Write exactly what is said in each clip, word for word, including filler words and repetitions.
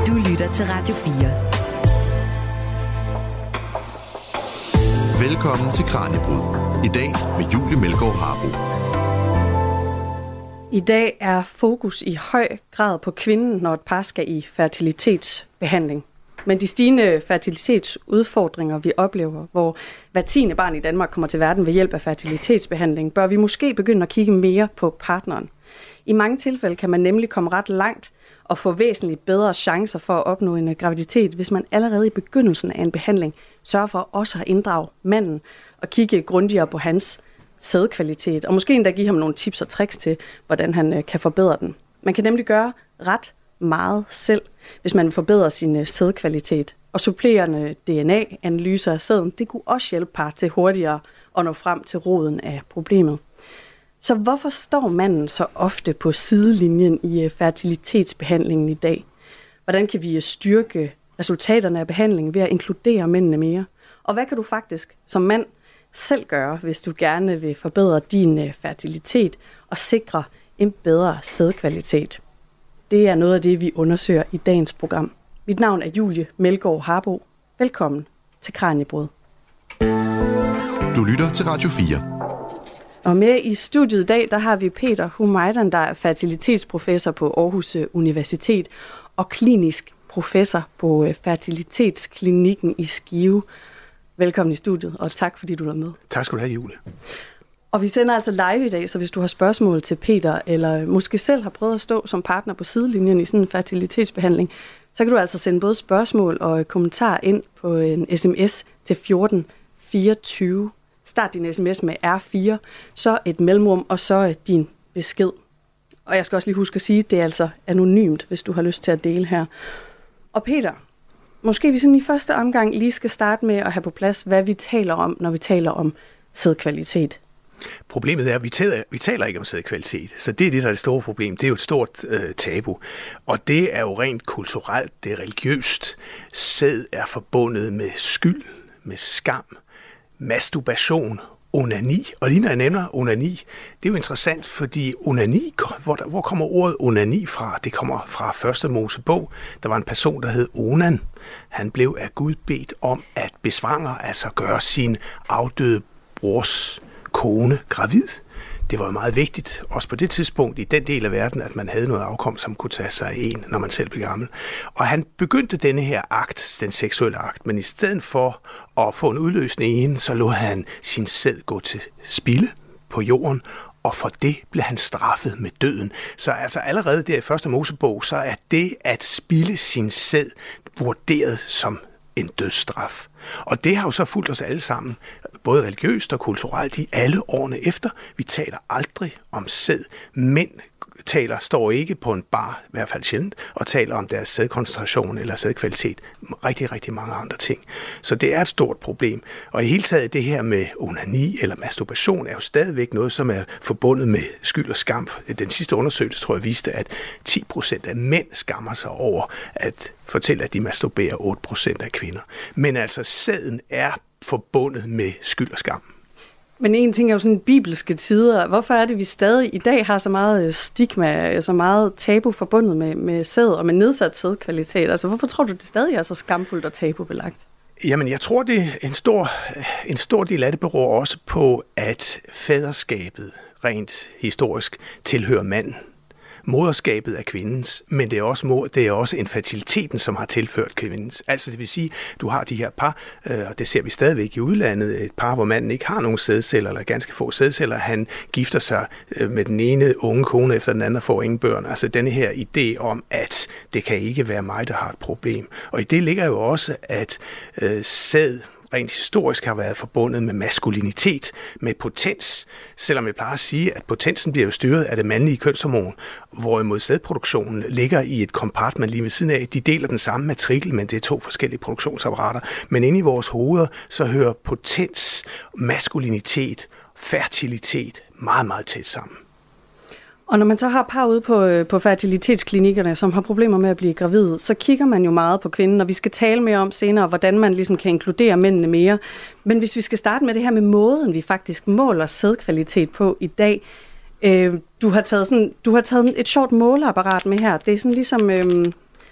Du lytter til Radio fire. Velkommen til Kraniebrud. I dag med Julie Melgaard Harbo. I dag er fokus i høj grad på kvinden, når et par skal i fertilitetsbehandling. Men de stigende fertilitetsudfordringer, vi oplever, hvor hver tiende barn i Danmark kommer til verden ved hjælp af fertilitetsbehandling, bør vi måske begynde at kigge mere på partneren. I mange tilfælde kan man nemlig komme ret langt og få væsentligt bedre chancer for at opnå en graviditet, hvis man allerede i begyndelsen af en behandling sørger for også at inddrage manden og kigge grundigere på hans sædkvalitet, og måske endda give ham nogle tips og tricks til, hvordan han kan forbedre den. Man kan nemlig gøre ret meget selv, hvis man vil forbedre sin sædkvalitet. Og supplerende D N A-analyser af sæden, det kunne også hjælpe par til hurtigere at nå frem til roden af problemet. Så hvorfor står manden så ofte på sidelinjen i fertilitetsbehandlingen i dag? Hvordan kan vi styrke resultaterne af behandlingen ved at inkludere mændene mere? Og hvad kan du faktisk som mand selv gøre, hvis du gerne vil forbedre din fertilitet og sikre en bedre sædkvalitet? Det er noget af det, vi undersøger i dagens program. Mit navn er Julie Melgaard Harbo. Velkommen til Kraniebrud. Du lytter til Radio fire. Og med i studiet i dag, der har vi Peter Humaydan, der er fertilitetsprofessor på Aarhus Universitet og klinisk professor på fertilitetsklinikken i Skive. Velkommen i studiet, og tak fordi du er med. Tak skal du have, Julie. Og vi sender altså live i dag, så hvis du har spørgsmål til Peter, eller måske selv har prøvet at stå som partner på sidelinjen i sådan en fertilitetsbehandling, så kan du altså sende både spørgsmål og kommentarer ind på en sms til fjorten fireogtyve. Start din sms med R fire, så et mellemrum, og så din besked. Og jeg skal også lige huske at sige, at det er altså anonymt, hvis du har lyst til at dele her. Og Peter, måske vi sådan i første omgang lige skal starte med at have på plads, hvad vi taler om, når vi taler om sædkvalitet. Problemet er, at vi taler, vi taler ikke om sædkvalitet, så det er det, der er det store problem. Det er jo et stort øh, tabu, og det er jo rent kulturelt, det er religiøst. Sæd er forbundet med skyld, med skam, masturbation, onani. Og lige når jeg nævner onani, det er jo interessant, fordi onani, hvor, der, hvor kommer ordet onani fra? Det kommer fra første Mosebog. Der var en person, der hed Onan. Han blev af Gud bedt om at besvangre, altså gøre sin afdøde brors kone gravid. Det var meget vigtigt, også på det tidspunkt i den del af verden, at man havde noget afkom, som kunne tage sig af en, når man selv blev gammel. Og han begyndte denne her akt, den seksuelle akt, men i stedet for at få en udløsning i hende, så lod han sin sæd gå til spilde på jorden, og for det blev han straffet med døden. Så altså allerede der i første Mosebog, så er det at spilde sin sæd vurderet som en dødsstraf. Og det har jo så fulgt os alle sammen, både religiøst og kulturelt, i alle årene efter. Vi taler aldrig om sæd. Mænd taler, står ikke på en bar, i hvert fald sjældent, og taler om deres sædkoncentration eller sædkvalitet. Rigtig, rigtig mange andre ting. Så det er et stort problem. Og i hele taget det her med onani eller masturbation er jo stadigvæk noget, som er forbundet med skyld og skam. Den sidste undersøgelse, tror jeg, viste, at ti procent af mænd skammer sig over at fortælle, at de masturberer otte procent af kvinder. Men altså, sæden er forbundet med skyld og skam. Men en ting er jo sådan bibelske tider. Hvorfor er det, vi stadig i dag har så meget stigma, så meget tabu forbundet med, med sæd og med nedsat sædkvalitet? Altså, hvorfor tror du, det stadig er så skamfuldt og tabubelagt? Jamen, jeg tror, det er en stor, en stor del af det beror også på, at faderskabet rent historisk tilhører manden. Moderskabet er kvindens, men det er også mor, det er også infertiliteten, som har tilført kvindens. Altså det vil sige, du har de her par, øh, og det ser vi stadigvæk i udlandet, et par, hvor manden ikke har nogen sædceller, eller ganske få sædceller, han gifter sig øh, med den ene unge kone efter den anden og får ingen børn. Altså denne her idé om, at det kan ikke være mig, der har et problem. Og i det ligger jo også, at øh, sæd rent historisk har været forbundet med maskulinitet, med potens, selvom jeg plejer at sige, at potensen bliver jo styret af det mandlige kønshormon, hvorimod sædproduktionen ligger i et compartment lige ved siden af. De deler den samme matrikel, men det er to forskellige produktionsapparater. Men inde i vores hoveder, så hører potens, maskulinitet, fertilitet meget, meget tæt sammen. Og når man så har par ude på, på fertilitetsklinikkerne, som har problemer med at blive gravid, så kigger man jo meget på kvinden, og vi skal tale mere om senere, hvordan man ligesom kan inkludere mændene mere. Men hvis vi skal starte med det her med måden, vi faktisk måler sædkvalitet på i dag. Øh, du har taget sådan, du har taget et sjovt måleapparat med her. Det er sådan ligesom, øh,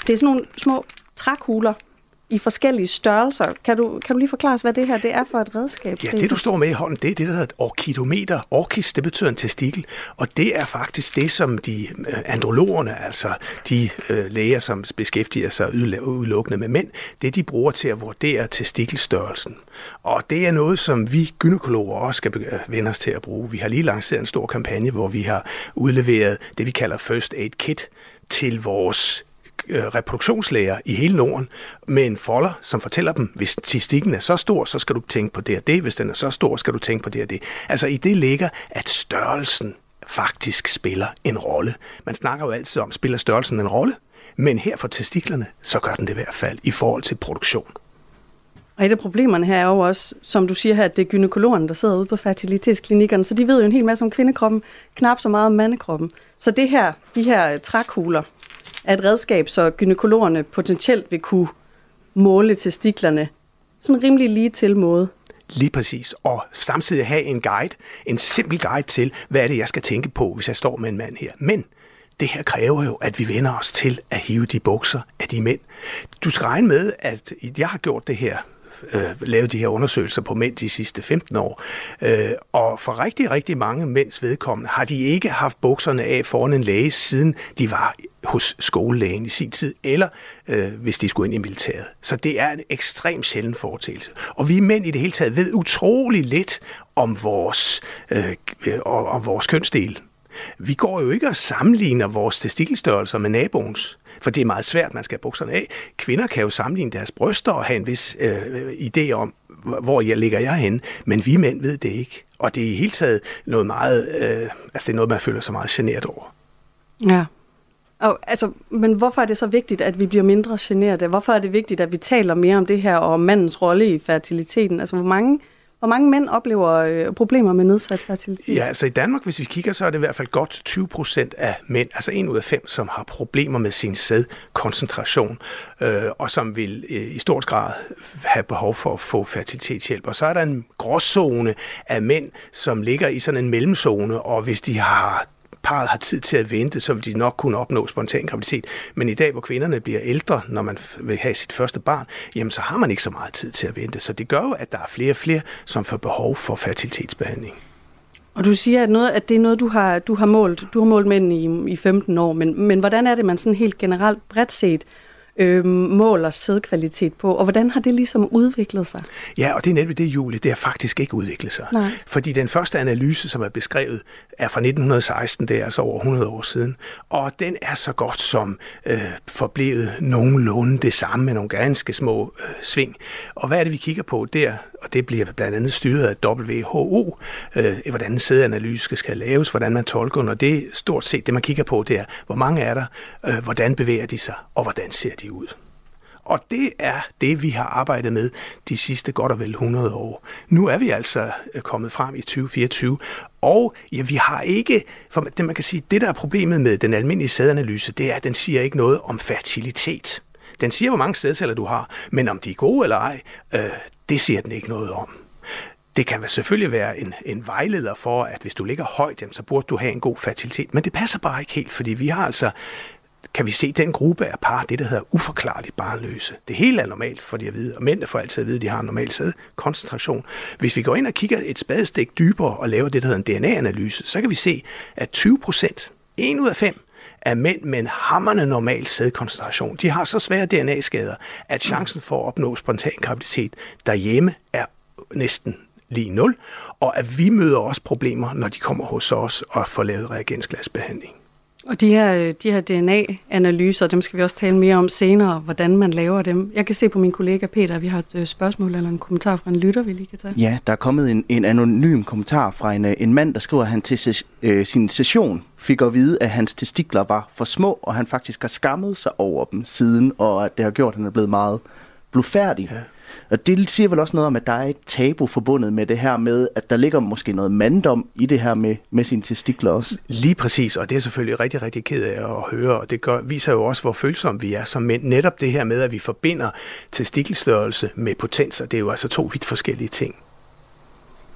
det er sådan nogle små trækugler i forskellige størrelser. Kan du, kan du lige forklare os, hvad det her det er for et redskab? Ja, det du står med i hånden, det er det, der hedder et orkidometer. Orkis, det betyder en testikel, og det er faktisk det, som de andrologerne, altså de øh, læger, som beskæftiger sig udelukkende med mænd, det de bruger til at vurdere testikkelstørrelsen. Og det er noget, som vi gynækologer også skal vende os til at bruge. Vi har lige lanceret en stor kampagne, hvor vi har udleveret det, vi kalder First Aid Kit til vores reproduktionslæger i hele Norden med en folder, som fortæller dem, hvis testikken er så stor, så skal du tænke på det og det. Hvis den er så stor, skal du tænke på det og det. Altså i det ligger, at størrelsen faktisk spiller en rolle. Man snakker jo altid om, spiller størrelsen en rolle? Men her for testiklerne, så gør den det i hvert fald i forhold til produktion. Og et af problemerne her er jo også, som du siger her, at det er gynækologerne, der sidder ude på fertilitetsklinikkerne, så de ved jo en hel masse om kvindekroppen, knap så meget om mandekroppen. Så det her, de her trækugler, er et redskab, så gynækologerne potentielt vil kunne måle testiklerne sådan en rimelig lige til måde. Lige præcis. Og samtidig have en guide, en simpel guide til, hvad er det, jeg skal tænke på, hvis jeg står med en mand her. Men det her kræver jo, at vi vender os til at hive de bukser af de mænd. Du skal regne med, at jeg har gjort det her, øh, lavet de her undersøgelser på mænd de sidste femten år. Øh, og for rigtig, rigtig mange mænds vedkommende har de ikke haft bukserne af foran en læge, siden de var hos skolelægen i sin tid, eller øh, hvis de skulle ind i militæret. Så det er en ekstremt sjælden foreteelse. Og vi mænd i det hele taget ved utrolig lidt om vores, øh, om vores kønsdel. Vi går jo ikke og sammenligner vores testikkelstørrelser med naboens, for det er meget svært, man skal have bukserne af. Kvinder kan jo sammenligne deres bryster og have en vis øh, idé om, hvor jeg ligger jeg henne, men vi mænd ved det ikke. Og det er i hele taget noget meget, øh, altså det er noget, man føler sig meget generet over. Ja. Og, altså, men hvorfor er det så vigtigt, at vi bliver mindre generede? Hvorfor er det vigtigt, at vi taler mere om det her og om mandens rolle i fertiliteten? Altså, hvor mange, hvor mange mænd oplever øh, problemer med nedsat fertilitet? Ja, altså i Danmark, hvis vi kigger, så er det i hvert fald godt tyve procent af mænd, altså en ud af fem, som har problemer med sin sædkoncentration, øh, og som vil øh, i stort grad have behov for at få fertilitetshjælp. Og så er der en gråzone af mænd, som ligger i sådan en mellemzone, og hvis de har parret har tid til at vente, så vil de nok kunne opnå spontan graviditet. Men i dag, hvor kvinderne bliver ældre, når man vil have sit første barn, jamen så har man ikke så meget tid til at vente. Så det gør jo, at der er flere og flere, som får behov for fertilitetsbehandling. Og du siger, at, noget, at det er noget, du har, du har målt. Du har målt mænd i, i femten år, men, men hvordan er det, man sådan helt generelt bredt set øh, måler sædkvalitet på, og hvordan har det ligesom udviklet sig? Ja, og det er netop det, Julie, det har faktisk ikke udviklet sig. Nej. Fordi den første analyse, som er beskrevet, er fra nitten seksten, det er altså over hundrede år siden, og den er så godt som øh, forblevet nogenlunde det samme med nogle ganske små øh, sving. Og hvad er det, vi kigger på der? Og det bliver blandt andet styret af W H O, øh, hvordan en sædanalyse skal laves, hvordan man tolker den, og det er stort set det, man kigger på, det er, hvor mange er der, øh, hvordan bevæger de sig, og hvordan ser de ud. Og det er det, vi har arbejdet med de sidste godt og vel hundrede år. Nu er vi altså kommet frem i tyve fireogtyve, og ja, vi har ikke, for det man kan sige, det der er problemet med den almindelige sædanalyse, det er, at den siger ikke noget om fertilitet. Den siger, hvor mange sædceller du har, men om de er gode eller ej, øh, det siger den ikke noget om. Det kan selvfølgelig være en, en vejleder for, at hvis du ligger højt, så burde du have en god fertilitet, men det passer bare ikke helt, fordi vi har altså, kan vi se den gruppe af par, det der hedder uforklarligt barnløse. Det hele er normalt for de at vide, og mændene får altid at vide, at de har en normal sædkoncentration. Hvis vi går ind og kigger et spadestik dybere og laver det, der hedder en D N A-analyse, så kan vi se, at tyve procent, en ud af fem, af mænd med en hamrende normal sædkoncentration, de har så svære D N A-skader, at chancen for at opnå spontan graviditet derhjemme er næsten lige nul, og at vi møder også problemer, når de kommer hos os og får lavet reagensglasbehandling. Og de her, de her D N A-analyser, dem skal vi også tale mere om senere, hvordan man laver dem. Jeg kan se på min kollega Peter, at vi har et spørgsmål eller en kommentar fra en lytter, vi lige kan tage. Ja, der er kommet en, en anonym kommentar fra en, en mand, der skriver, at han til ses, øh, sin session fik at vide, at hans testikler var for små, og han faktisk har skammet sig over dem siden, og at det har gjort, at han er blevet meget blufærdig. Ja. Og det siger vel også noget om, at der er et tabu forbundet med det her med, at der ligger måske noget manddom i det her med, med sine testikler også. Lige præcis, og det er selvfølgelig rigtig, rigtig ked af at høre, og det gør, viser jo også, hvor følsomme vi er som mænd. Netop det her med, at vi forbinder testikkelstørrelse med potenser, det er jo altså to vidt forskellige ting.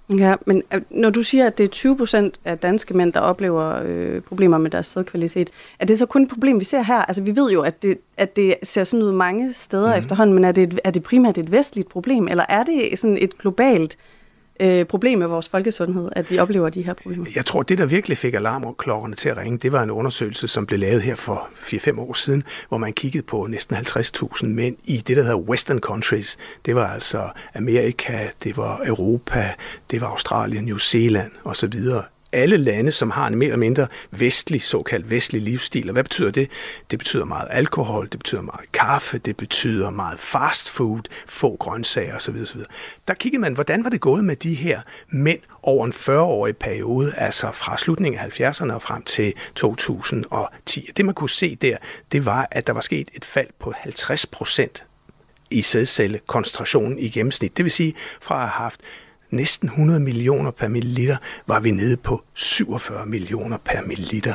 Ja, men når du siger, at det er tyve procent af danske mænd, der oplever øh, problemer med deres sædkvalitet, er det så kun et problem, vi ser her? Altså, vi ved jo, at det, at det ser sådan ud mange steder mm. efterhånden, men er det, er det primært et vestligt problem, eller er det sådan et globalt øh, problem med vores folkesundhed, at vi oplever de her problemer? Jeg tror, det der virkelig fik alarmklokkerne til at ringe, det var en undersøgelse, som blev lavet her for fire fem år siden, hvor man kiggede på næsten halvtreds tusind mænd i det, der hedder Western Countries. Det var altså Amerika, det var Europa, det var Australien, New Zealand osv. Alle lande, som har en mere eller mindre vestlig, såkaldt vestlig livsstil. Og hvad betyder det? Det betyder meget alkohol, det betyder meget kaffe, det betyder meget fast food, få grøntsager osv. osv. Der kiggede man, hvordan var det gået med de her mænd over en fyrre-årig periode, altså fra slutningen af halvfjerdserne og frem til to tusind og ti. Det man kunne se der, det var, at der var sket et fald på halvtreds procent i sædcellekoncentrationen i gennemsnit. Det vil sige, fra at have haft næsten hundrede millioner per milliliter, var vi nede på syvogfyrre millioner per milliliter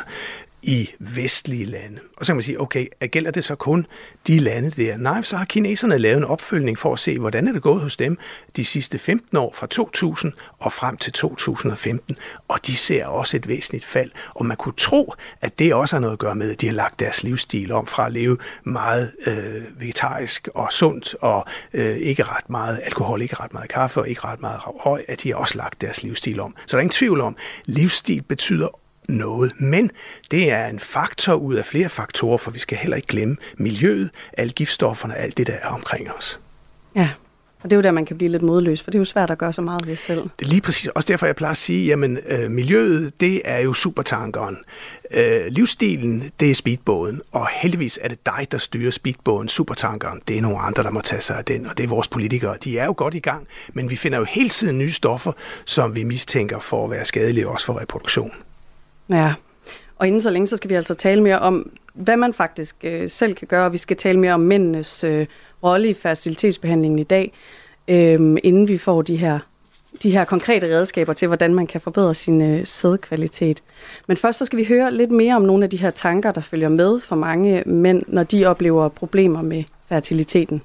i vestlige lande. Og så kan man sige, okay, gælder det så kun de lande der? Nej, så har kineserne lavet en opfølgning for at se, hvordan er det gået hos dem de sidste femten år, fra to tusind og frem til to tusind og femten, og de ser også et væsentligt fald. Og man kunne tro, at det også har noget at gøre med, at de har lagt deres livsstil om fra at leve meget øh, vegetarisk og sundt, og øh, ikke ret meget alkohol, ikke ret meget kaffe og ikke ret meget røg, at de har også lagt deres livsstil om. Så der er ingen tvivl om, livsstil betyder noget, men det er en faktor ud af flere faktorer, for vi skal heller ikke glemme miljøet, alle giftstofferne, alt det, der er omkring os. Ja, og det er jo der, man kan blive lidt modløs, for det er jo svært at gøre så meget ved selv. Det er lige præcis. Også derfor, jeg plejer at sige, jamen øh, miljøet, det er jo supertankeren. Øh, livsstilen, det er speedbåden, og heldigvis er det dig, der styrer speedbåden, supertankeren. Det er nogle andre, der må tage sig af den, og det er vores politikere. De er jo godt i gang, men vi finder jo hele tiden nye stoffer, som vi mistænker for at være skadelige også for reproduktion. Ja, og inden så længe, så skal vi altså tale mere om, hvad man faktisk øh, selv kan gøre, og vi skal tale mere om mændenes øh, rolle i fertilitetsbehandlingen i dag, øh, inden vi får de her, de her konkrete redskaber til, hvordan man kan forbedre sin øh, sædkvalitet. Men først så skal vi høre lidt mere om nogle af de her tanker, der følger med for mange mænd, når de oplever problemer med fertiliteten.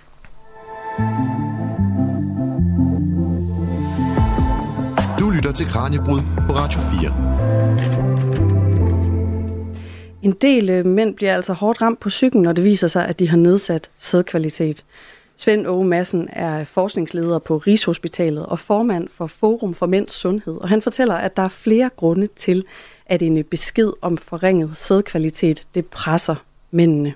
Du lytter til Kraniebrud på Radio fire. En del mænd bliver altså hårdt ramt på psyken, når det viser sig, at de har nedsat sædkvalitet. Svend Åge Madsen er forskningsleder på Rigshospitalet og formand for Forum for Mænds Sundhed, og han fortæller, at der er flere grunde til, at en besked om forringet sædkvalitet, det presser mændene.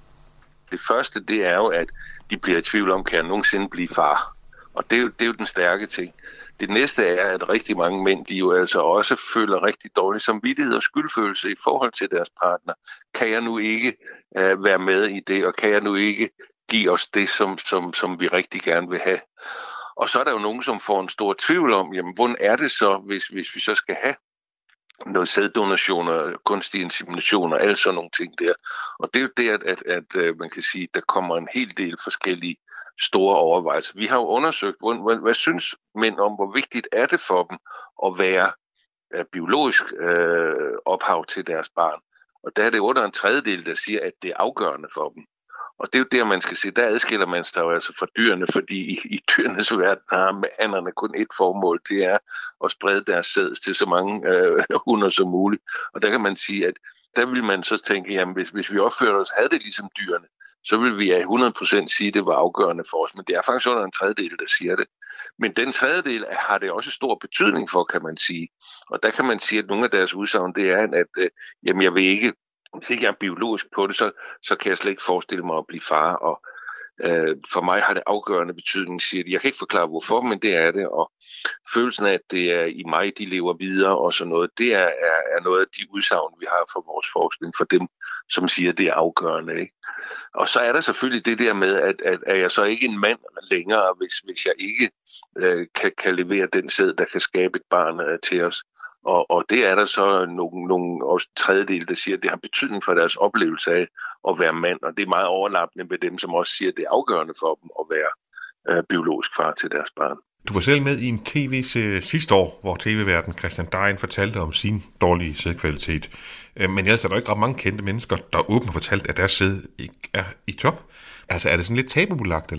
Det første, det er jo, at de bliver i tvivl om, kan jeg nogensinde blive far? Og det er jo, det er jo den stærke ting. Det næste er, at rigtig mange mænd, de jo altså også føler rigtig dårlig samvittighed og skyldfølelse i forhold til deres partner. Kan jeg nu ikke uh, være med i det, og kan jeg nu ikke give os det, som, som, som vi rigtig gerne vil have? Og så er der jo nogen, som får en stor tvivl om, jamen, hvordan er det så, hvis, hvis vi så skal have noget sæddonationer, kunstige inseminationer, alle sådan nogle ting der. Og det er jo det, at, at, at, at man kan sige, at der kommer en hel del forskellige store overvejelser. Vi har jo undersøgt, hvad, hvad, hvad synes mænd om, hvor vigtigt er det for dem at være uh, biologisk uh, ophav til deres barn. Og der er det under en tredjedel, der siger, at det er afgørende for dem. Og det er jo der, man skal se, der adskiller man sig jo altså fra dyrene, fordi i, i dyrenes verden har hannerne kun et formål, det er at sprede deres sæd til så mange øh, hunder som muligt. Og der kan man sige, at der vil man så tænke, jamen hvis, hvis vi opførte os, havde det ligesom dyrene, så vil vi af hundrede procent sige, at det var afgørende for os. Men det er faktisk under en tredjedel, der siger det. Men den tredjedel har det også stor betydning for, kan man sige. Og der kan man sige, at nogle af deres udsagn, det er, at øh, jamen, jeg vil ikke, hvis ikke jeg er biologisk på det, så, så kan jeg slet ikke forestille mig at blive far. Og øh, for mig har det afgørende betydning, siger de. Jeg kan ikke forklare hvorfor, men det er det. Og følelsen af, at det er i mig, de lever videre og sådan noget, det er, er, er noget af de udsagn, vi har fra vores forskning, for dem, som siger, at det er afgørende. Ikke? Og så er der selvfølgelig det der med, at, at er jeg så ikke en mand længere, hvis, hvis jeg ikke øh, kan, kan levere den sæd, der kan skabe et barn øh, til os. Og, og det er der så nogle, nogle også tredjedel, der siger, at det har betydning for deres oplevelse af at være mand. Og det er meget overlappende med dem, som også siger, at det er afgørende for dem at være øh, biologisk far til deres barn. Du var selv med i en tv-serie sidste år, hvor tv-værten Christian Dein fortalte om sin dårlige sædkvalitet. Men ellers er der ikke ret mange kendte mennesker, der åbent har fortalt, at deres sæd ikke er i top. Altså er det sådan lidt tabubelagt, eller hvad?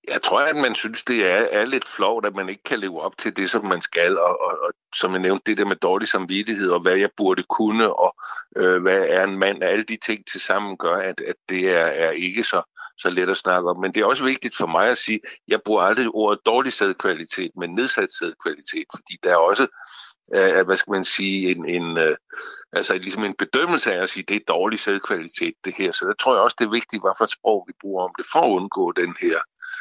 Jeg tror, at man synes, det er, er lidt flovt, at man ikke kan leve op til det, som man skal. Og, og, og som jeg nævnte, det der med dårlig samvittighed, og hvad jeg burde kunne, og øh, hvad er en mand. Alle de ting til sammen gør, at, at det er, er ikke så, så let at snakke om. Men det er også vigtigt for mig at sige, at jeg bruger aldrig ordet dårlig sædkvalitet, men nedsat sædkvalitet. Fordi der er også, øh, hvad skal man sige, en... en øh, Altså ligesom en bedømmelse af at sige, at det er dårlig sædkvalitet, det her. Så der tror jeg også, det er vigtigt, hvad for et sprog vi bruger om det, for at undgå den her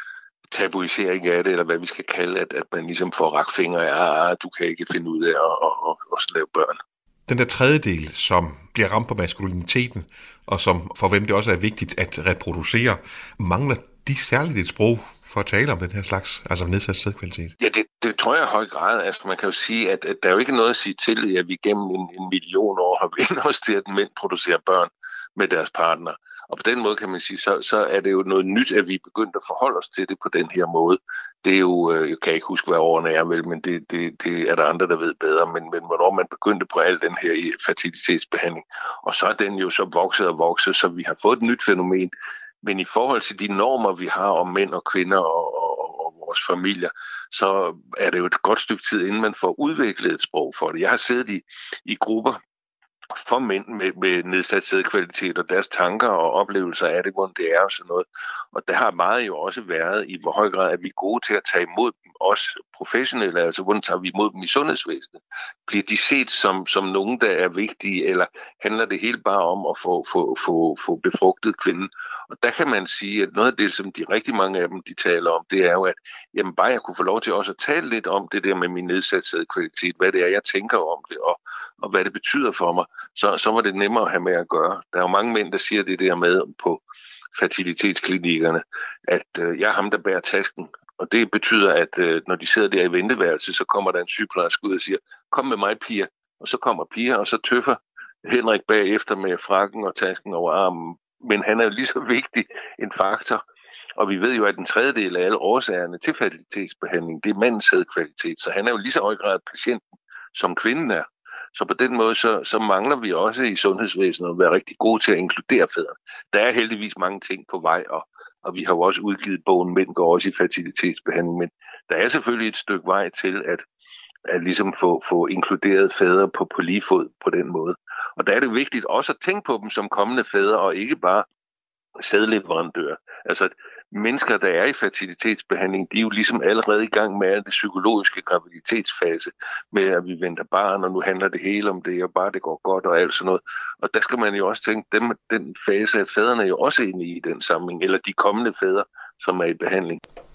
tabuisering af det, eller hvad vi skal kalde, at, at man ligesom får rakt fingre af, at du kan ikke finde ud af at, at, at, at lave børn. Den der tredje del, som bliver ramt på maskuliniteten, og som for hvem det også er vigtigt at reproducere, mangler de særligt et sprog for at tale om den her slags, altså nedsat sædkvalitet? Ja, det, det tror jeg i høj grad. Altså, man kan jo sige, at, at der er jo ikke noget at sige til, at vi gennem en, en million år har vendt os til, at mænd producerer børn med deres partner. Og på den måde kan man sige, så, så er det jo noget nyt, at vi er begyndt at forholde os til det på den her måde. Det er jo, jeg kan ikke huske, hvad årene er vel, men det, det, det er der andre, der ved bedre. Men, men hvornår man begyndte på al den her fertilitetsbehandling. Og så er den jo så vokset og vokset, så vi har fået et nyt fænomen. Men i forhold til de normer, vi har om mænd og kvinder og, og, og vores familier, så er det jo et godt stykke tid, inden man får udviklet et sprog for det. Jeg har siddet i, i grupper for mænd med, med nedsat sædkvalitet og deres tanker og oplevelser af det, hvordan det er og sådan noget. Og der har meget jo også været i, hvor høj grad er vi gode til at tage imod dem, også professionelle, altså hvordan tager vi imod dem i sundhedsvæsenet? Bliver de set som, som nogen, der er vigtige, eller handler det helt bare om at få, få, få, få befrugtet kvinden? Og der kan man sige, at noget af det, som de rigtig mange af dem, de taler om, det er jo, at jamen, bare jeg kunne få lov til også at tale lidt om det der med min nedsat sædkvalitet, hvad det er, jeg tænker om det, og, og hvad det betyder for mig, så, så var det nemmere at have med at gøre. Der er jo mange mænd, der siger det der med på fertilitetsklinikkerne, at øh, jeg er ham, der bærer tasken. Og det betyder, at øh, når de sidder der i venteværelset, så kommer der en sygeplejerske ud og siger, kom med mig, Pia. Og så kommer Pia, og så tøffer Henrik bagefter med frakken og tasken over armen. Men han er jo lige så vigtig en faktor. Og vi ved jo, at den tredjedel af alle årsagerne til fertilitetsbehandling, det er mandens sædkvalitet. Så han er jo lige så høj grad patienten, som kvinden er. Så på den måde, så, så mangler vi også i sundhedsvæsenet at være rigtig gode til at inkludere fædrene. Der er heldigvis mange ting på vej, og, og vi har jo også udgivet bogen Mænd går også i fertilitetsbehandling. Men der er selvfølgelig et stykke vej til at, at ligesom få, få inkluderet fædre på, på lige fod på den måde. Og der er det vigtigt også at tænke på dem som kommende fædre, og ikke bare sædleverandører. Altså mennesker, der er i fertilitetsbehandling, de er jo ligesom allerede i gang med den psykologiske graviditetsfase, med at vi venter barn, og nu handler det hele om det, og bare det går godt og alt sådan noget. Og der skal man jo også tænke, dem, den fase af fædrene er jo også inde i den sammenhæng, eller de kommende fædre, som er i behandling.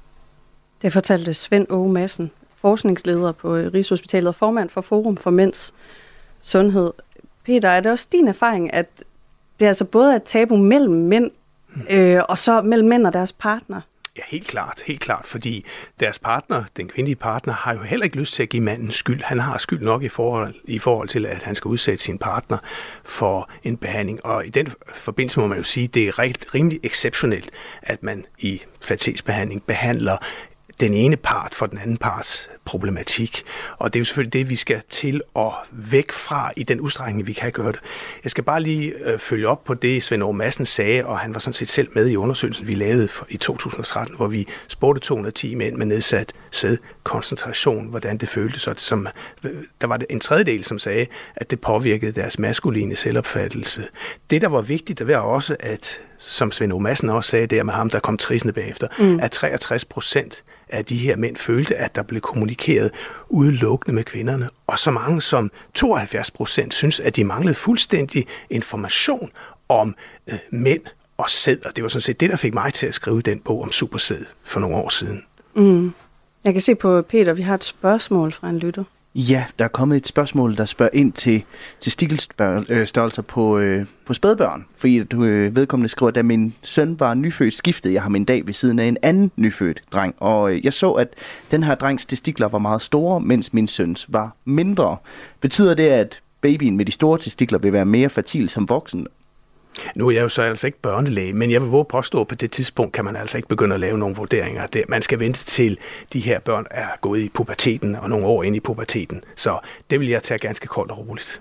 Det fortalte Svend Åge Madsen, forskningsleder på Rigshospitalet og formand for Forum for Mænds Sundhed. Peter, er det også din erfaring, at det er altså både et tabu mellem mænd, øh, og så mellem mænd og deres partner? Ja, helt klart, helt klart, fordi deres partner, den kvindelige partner, har jo heller ikke lyst til at give manden skyld. Han har skyld nok i forhold, i forhold til, at han skal udsætte sin partner for en behandling. Og i den forbindelse må man jo sige, at det er rimelig exceptionelt, at man i fertilitetsbehandling behandler den ene part for den anden parts problematik. Og det er jo selvfølgelig det, vi skal til at væk fra i den udstrækning, vi kan gøre det. Jeg skal bare lige øh, følge op på det, Svend Åge Madsen sagde, og han var sådan set selv med i undersøgelsen, vi lavede for, i to tusind og tretten, hvor vi spurgte to hundrede og ti mænd med nedsat sædkoncentration, hvordan det føltes. Så det, som, der var det en tredjedel, som sagde, at det påvirkede deres maskuline selvopfattelse. Det, der var vigtigt, det var også, at som Svend Åge Madsen også sagde der med ham, der kom trissende bagefter, mm. at treogtres procent af de her mænd følte, at der blev kommunikeret udelukkende med kvinderne. Og så mange som tooghalvfjerds procent synes, at de manglede fuldstændig information om øh, mænd og sæd. Og det var sådan set det, der fik mig til at skrive den bog om supersæd for nogle år siden. Mm. Jeg kan se på Peter, vi har et spørgsmål fra en lytter. Ja, der er kommet et spørgsmål, der spørger ind til testikkelstørrelser på, øh, på spædbørn. Fordi du øh, vedkommende skriver, at da min søn var nyfødt, skiftede jeg ham en dag ved siden af en anden nyfødt dreng. Og øh, jeg så, at den her drengs testikler var meget store, mens min søns var mindre. Betyder det, at babyen med de store testikler vil være mere fertil som voksen? Nu er jeg jo så altså ikke børnelæge, men jeg vil våge påstå, at på det tidspunkt kan man altså ikke begynde at lave nogle vurderinger. Det, man skal vente til de her børn er gået i puberteten og nogle år ind i puberteten. Så det vil jeg tage ganske koldt og roligt.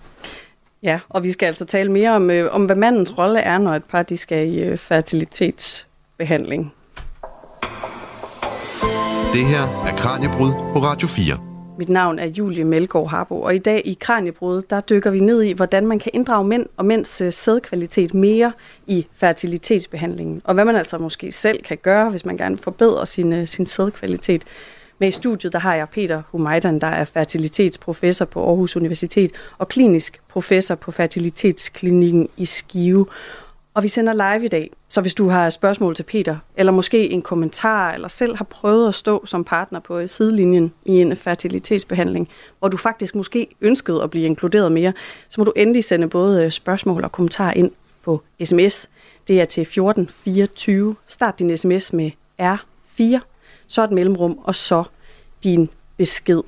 Ja, og vi skal altså tale mere om, øh, om hvad mandens rolle er, når et par de skal i øh, fertilitetsbehandling. Det her er Kraniebrud på Radio fire. Mit navn er Julie Melgaard Harbo, og i dag i Kraniebrud, der dykker vi ned i, hvordan man kan inddrage mænd og mænds sædkvalitet mere i fertilitetsbehandlingen, og hvad man altså måske selv kan gøre, hvis man gerne forbedrer sin, sin sædkvalitet. Med i studiet, der har jeg Peter Humaydan, der er fertilitetsprofessor på Aarhus Universitet og klinisk professor på fertilitetsklinikken i Skive. Og vi sender live i dag, så hvis du har spørgsmål til Peter, eller måske en kommentar, eller selv har prøvet at stå som partner på sidelinjen i en fertilitetsbehandling, hvor du faktisk måske ønskede at blive inkluderet mere, så må du endelig sende både spørgsmål og kommentarer ind på sms. Det er til fjorten fireogtyve. Start din sms med R fire, så et mellemrum, og så din besked.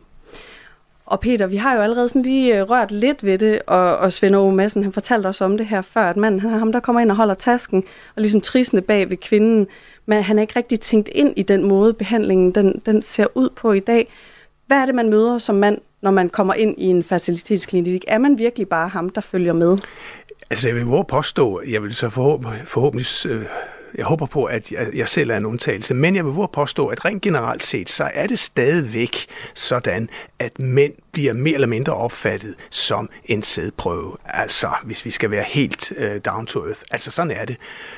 Og Peter, vi har jo allerede sådan lige rørt lidt ved det, og, og Svend Aage Madsen, han fortalte os om det her før, at manden, han er ham, der kommer ind og holder tasken, og ligesom trissende bag ved kvinden, men han er ikke rigtig tænkt ind i den måde, behandlingen den, den ser ud på i dag. Hvad er det, man møder som mand, når man kommer ind i en fertilitetsklinik? Er man virkelig bare ham, der følger med? Altså, jeg vil våge påstå, jeg vil så forhåbentlig, forhåbentlig øh, jeg håber på, at jeg, jeg selv er en undtagelse, men jeg vil våge påstå, at rent generelt set, så er det stadigvæk sådan, at mænd bliver mere eller mindre opfattet som en sædprøve. Altså, hvis vi skal være helt uh, down to earth. Altså, sådan er det.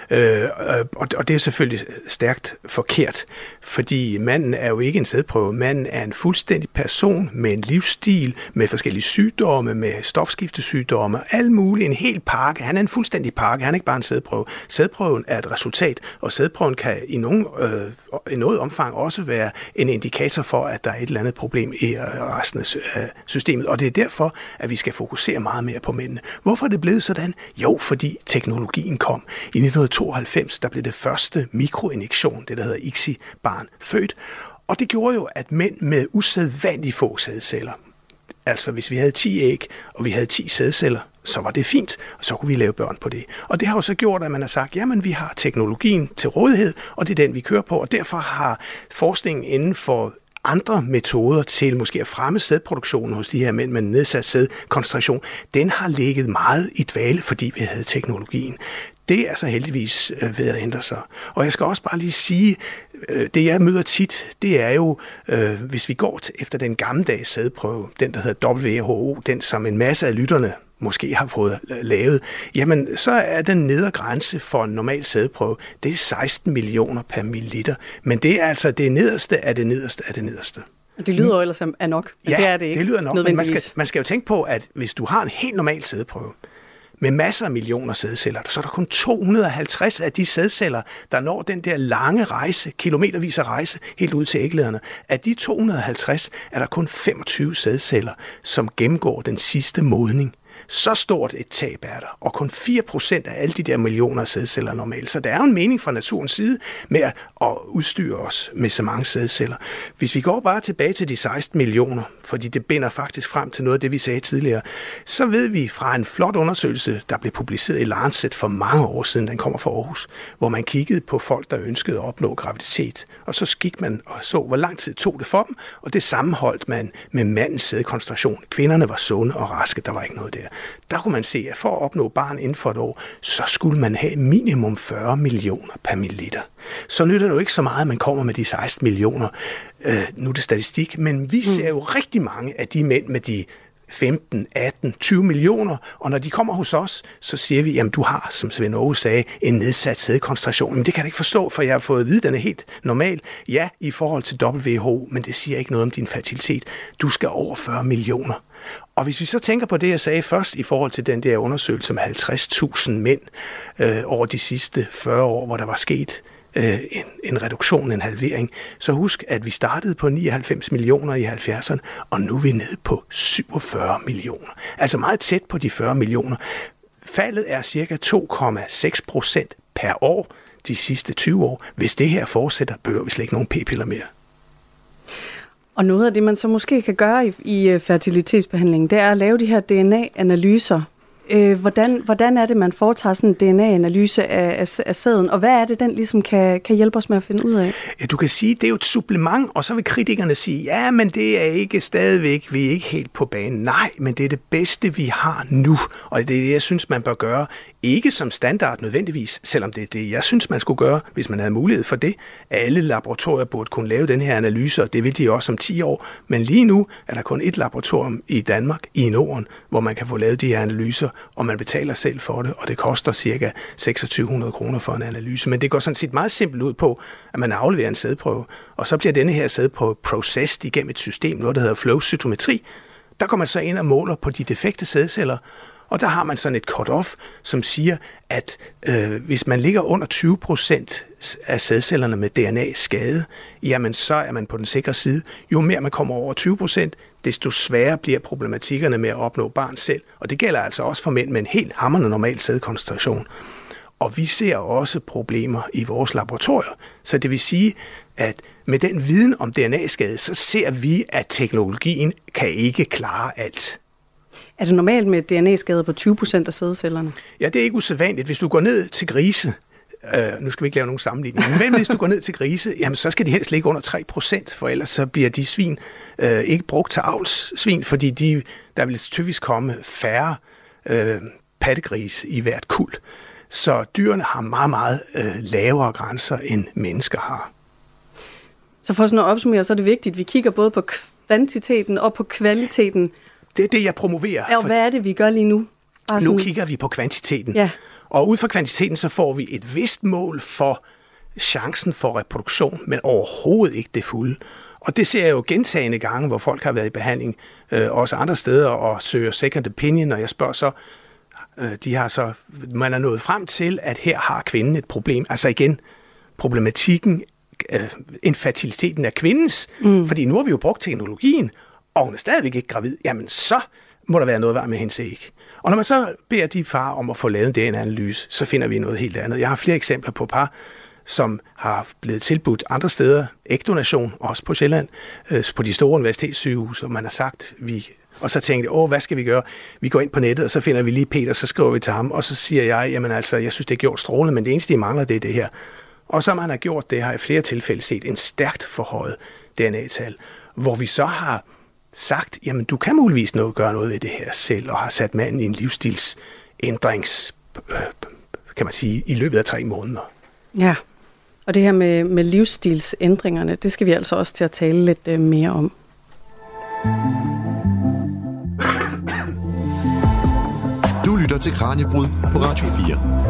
Uh, og, og det er selvfølgelig stærkt forkert, fordi manden er jo ikke en sædprøve. Manden er en fuldstændig person med en livsstil, med forskellige sygdomme, med stofskiftesygdomme, alt muligt, en hel pakke. Han er en fuldstændig pakke, han er ikke bare en sædprøve. Sædprøven er et resultat, og sædprøven kan i, nogen, øh, i noget omfang også være en indikator for, at der er et eller andet problem i øh, resten af systemet, og det er derfor, at vi skal fokusere meget mere på mændene. Hvorfor er det blevet sådan? Jo, fordi teknologien kom. I nitten tooghalvfems, der blev det første mikroinjektion, det der hedder I C S I-barn, født, og det gjorde jo, at mænd med usædvanligt få sædceller, altså hvis vi havde ti æg, og vi havde ti sædceller, så var det fint, og så kunne vi lave børn på det. Og det har jo så gjort, at man har sagt, jamen vi har teknologien til rådighed, og det er den, vi kører på, og derfor har forskningen inden for andre metoder til måske at fremme sædproduktionen hos de her mænd med nedsat sædkoncentration, den har ligget meget i dvale, fordi vi havde teknologien. Det er så heldigvis øh, ved at ændre sig. Og jeg skal også bare lige sige, øh, det jeg møder tit, det er jo, øh, hvis vi går efter den gammeldags sædprøve, den der hedder W H O, den som en masse af lytterne måske har fået lavet, jamen så er den nedre grænse for en normal sædprøve, det er seksten millioner per milliliter. Men det er altså det nederste af det nederste af det nederste. Og det lyder jo ellers er nok, men ja, det er det ikke. det lyder nok, men man skal, man skal jo tænke på, at hvis du har en helt normal sædprøve, med masser af millioner sædceller, så er der kun to hundrede og halvtreds af de sædceller, der når den der lange rejse, kilometervis af rejse, helt ud til æglederne. Af de to hundrede og halvtreds er der kun femogtyve sædceller, som gennemgår den sidste modning. Så stort et tab er der, og kun fire procent af alle de der millioner af sædceller normalt. Så der er jo en mening fra naturens side med at udstyre os med så mange sædceller. Hvis vi går bare tilbage til de seksten millioner, fordi det binder faktisk frem til noget af det, vi sagde tidligere, så ved vi fra en flot undersøgelse, der blev publiceret i Lancet for mange år siden, den kommer fra Aarhus, hvor man kiggede på folk, der ønskede at opnå graviditet. Og så gik man og så, hvor lang tid tog det for dem, og det sammenholdt man med mandens sædkoncentration. Kvinderne var sunde og raske, der var ikke noget der. Der kunne man se, at for at opnå barn inden for et år, så skulle man have minimum fyrre millioner per milliliter. Så nytter det jo ikke så meget, at man kommer med de seksten millioner. Øh, nu er det statistik, men vi ser jo rigtig mange af de mænd med de femten, atten, tyve millioner, og når de kommer hos os, så siger vi, jamen du har, som Svend Aage sagde, en nedsat sædkoncentration. Men det kan jeg ikke forstå, for jeg har fået at vide, at den er helt normal. Ja, i forhold til W H O, men det siger ikke noget om din fertilitet. Du skal over fyrre millioner. Og hvis vi så tænker på det, jeg sagde først i forhold til den der undersøgelse med halvtreds tusind mænd øh, over de sidste fyrre år, hvor der var sket øh, en, en reduktion, en halvering, så husk, at vi startede på nioghalvfems millioner i halvfjerdserne, og nu er vi nede på syvogfyrre millioner. Altså meget tæt på de fyrre millioner. Faldet er cirka to komma seks procent per år de sidste tyve år. Hvis det her fortsætter, behøver vi slet ikke nogen p-piller mere. Og noget af det, man så måske kan gøre i, i fertilitetsbehandlingen, det er at lave de her D N A-analyser Øh, hvordan, hvordan er det, man foretager sådan en D N A-analyse af, af, af sæden, og hvad er det, den ligesom kan, kan hjælpe os med at finde ud af? Ja, du kan sige, det er jo et supplement, og så vil kritikerne sige, ja, men det er ikke stadigvæk, vi er ikke helt på banen. Nej, men det er det bedste, vi har nu, og det er det, jeg synes, man bør gøre. Ikke som standard nødvendigvis, selvom det er det, jeg synes, man skulle gøre, hvis man havde mulighed for det. Alle laboratorier burde kunne lave den her analyse, og det vil de også om ti år. Men lige nu er der kun et laboratorium i Danmark, i Norden, hvor man kan få lavet de her analyser, og man betaler selv for det, og det koster ca. seksogtyve hundrede kroner for en analyse. Men det går sådan set meget simpelt ud på, at man afleverer en sædprøve, og så bliver denne her sædprøve processed igennem et system, noget der hedder flow cytometri. Der går man så ind og måler på de defekte sædceller, og der har man sådan et cut-off, som siger, at øh, hvis man ligger under tyve procent af sædcellerne med D N A-skade, jamen så er man på den sikre side. Jo mere man kommer over tyve procent, desto sværere bliver problematikkerne med at opnå barn selv. Og det gælder altså også for mænd med en helt hamrende normal sædkoncentration. Og vi ser også problemer i vores laboratorier. Så det vil sige, at med den viden om D N A-skade, så ser vi, at teknologien kan ikke klare alt. Er det normalt med D N A-skade på tyve procent af sædcellerne? Ja, det er ikke usædvanligt. Hvis du går ned til grise, øh, nu skal vi ikke lave nogen sammenligning, men hvis du går ned til grise, jamen så skal de helst ligge under tre procent, for ellers så bliver de svin øh, ikke brugt til avlssvin, fordi de, der vil typisk komme færre øh, pattegrise i hvert kuld. Så dyrene har meget, meget øh, lavere grænser, end mennesker har. Så for sådan at opsummere, så er det vigtigt, at vi kigger både på kvantiteten og på kvaliteten. Det er det, jeg promoverer. Ja, og hvad er det, vi gør lige nu? Bare nu sådan... kigger vi på kvantiteten. Ja. Og ud fra kvantiteten, så får vi et vist mål for chancen for reproduktion, men overhovedet ikke det fulde. Og det ser jeg jo gentagende gange, hvor folk har været i behandling, øh, også andre steder, og søger second opinion, og jeg spørger så, øh, de har så, man er nået frem til, at her har kvinden et problem. Altså igen, problematikken, øh, infertiliteten af kvindens, mm. fordi nu har vi jo brugt teknologien, og hun er stadigvæk ikke gravid, jamen så må der være noget værd med hendes æg. Og når man så beder de par om at få lavet en D N A-analyse, så finder vi noget helt andet. Jeg har flere eksempler på par, som har blevet tilbudt andre steder, ægdonation, også på Sjælland, øh, på de store universitetssygehuse, og man har sagt, vi, og så tænkte jeg, åh, hvad skal vi gøre? Vi går ind på nettet, og så finder vi lige Peter, så skriver vi til ham, og så siger jeg, jamen altså, jeg synes, det er gjort strålende, men det eneste, de mangler, det er det her. Og som han har gjort det, har jeg i flere tilfælde set en stærkt forhøjet D N A-tal, hvor vi så har sagt, jamen du kan muligvis noget, gøre noget ved det her selv, og har sat manden i en livsstilsændrings, øh, kan man sige, i løbet af tre måneder. Ja, og det her med, med livsstilsændringerne, det skal vi altså også til at tale lidt øh, mere om. Du lytter til Kraniebrud på Radio fire.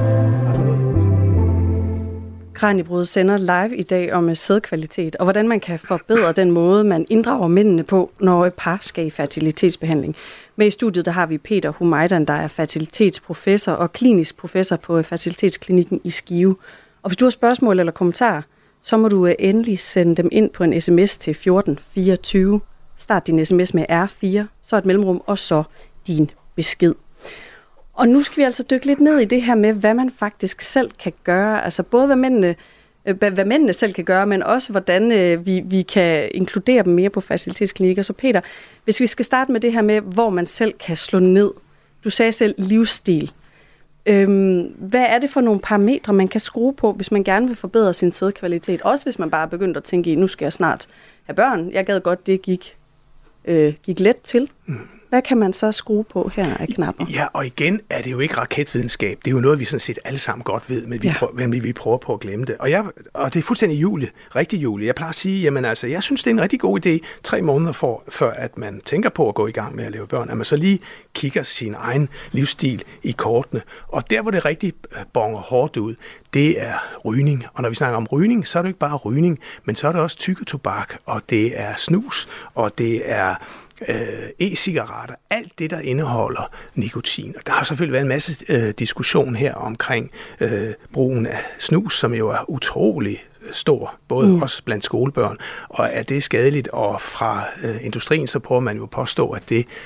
Kraniebrud sender live i dag om sædkvalitet, og hvordan man kan forbedre den måde, man inddrager mændene på, når et par skal i fertilitetsbehandling. Med i studiet der har vi Peter Humaydan, der er fertilitetsprofessor og klinisk professor på fertilitetsklinikken i Skive. Og hvis du har spørgsmål eller kommentarer, så må du endelig sende dem ind på en sms til fjorten fireogtyve. Start din sms med R fire, så et mellemrum, og så din besked. Og nu skal vi altså dykke lidt ned i det her med, hvad man faktisk selv kan gøre. Altså både hvad mændene, hvad mændene selv kan gøre, men også hvordan vi, vi kan inkludere dem mere på fertilitetsklinikker. Så Peter, hvis vi skal starte med det her med, hvor man selv kan slå ned. Du sagde selv livsstil. Øhm, hvad er det for nogle parametre, man kan skrue på, hvis man gerne vil forbedre sin sædkvalitet? Også hvis man bare er begyndt at tænke i, nu skal jeg snart have børn. Jeg gad godt, det gik, øh, gik let til. Mm. Hvad kan man så skrue på her af knapper? Ja, og igen er det jo ikke raketvidenskab. Det er jo noget, vi sådan set alle sammen godt ved, men vi, ja. prøver, men vi prøver på at glemme det. Og, jeg, og det er fuldstændig Julie, rigtig Julie. Jeg plejer at sige, jamen altså, jeg synes, det er en rigtig god idé, tre måneder for, før at man tænker på at gå i gang med at lave børn, at man så lige kigger sin egen livsstil i kortene. Og der, hvor det rigtig bonger hårdt ud, det er rygning. Og når vi snakker om rygning, så er det ikke bare rygning, men så er det også tykketobak, og det er snus, og det er Øh, e-cigaretter, alt det, der indeholder nikotin. Og der har selvfølgelig været en masse øh, diskussion her omkring øh, brugen af snus, som jo er utrolig stor, både mm. også blandt skolebørn, og er det skadeligt, og fra øh, industrien, så prøver man jo at påstå, at det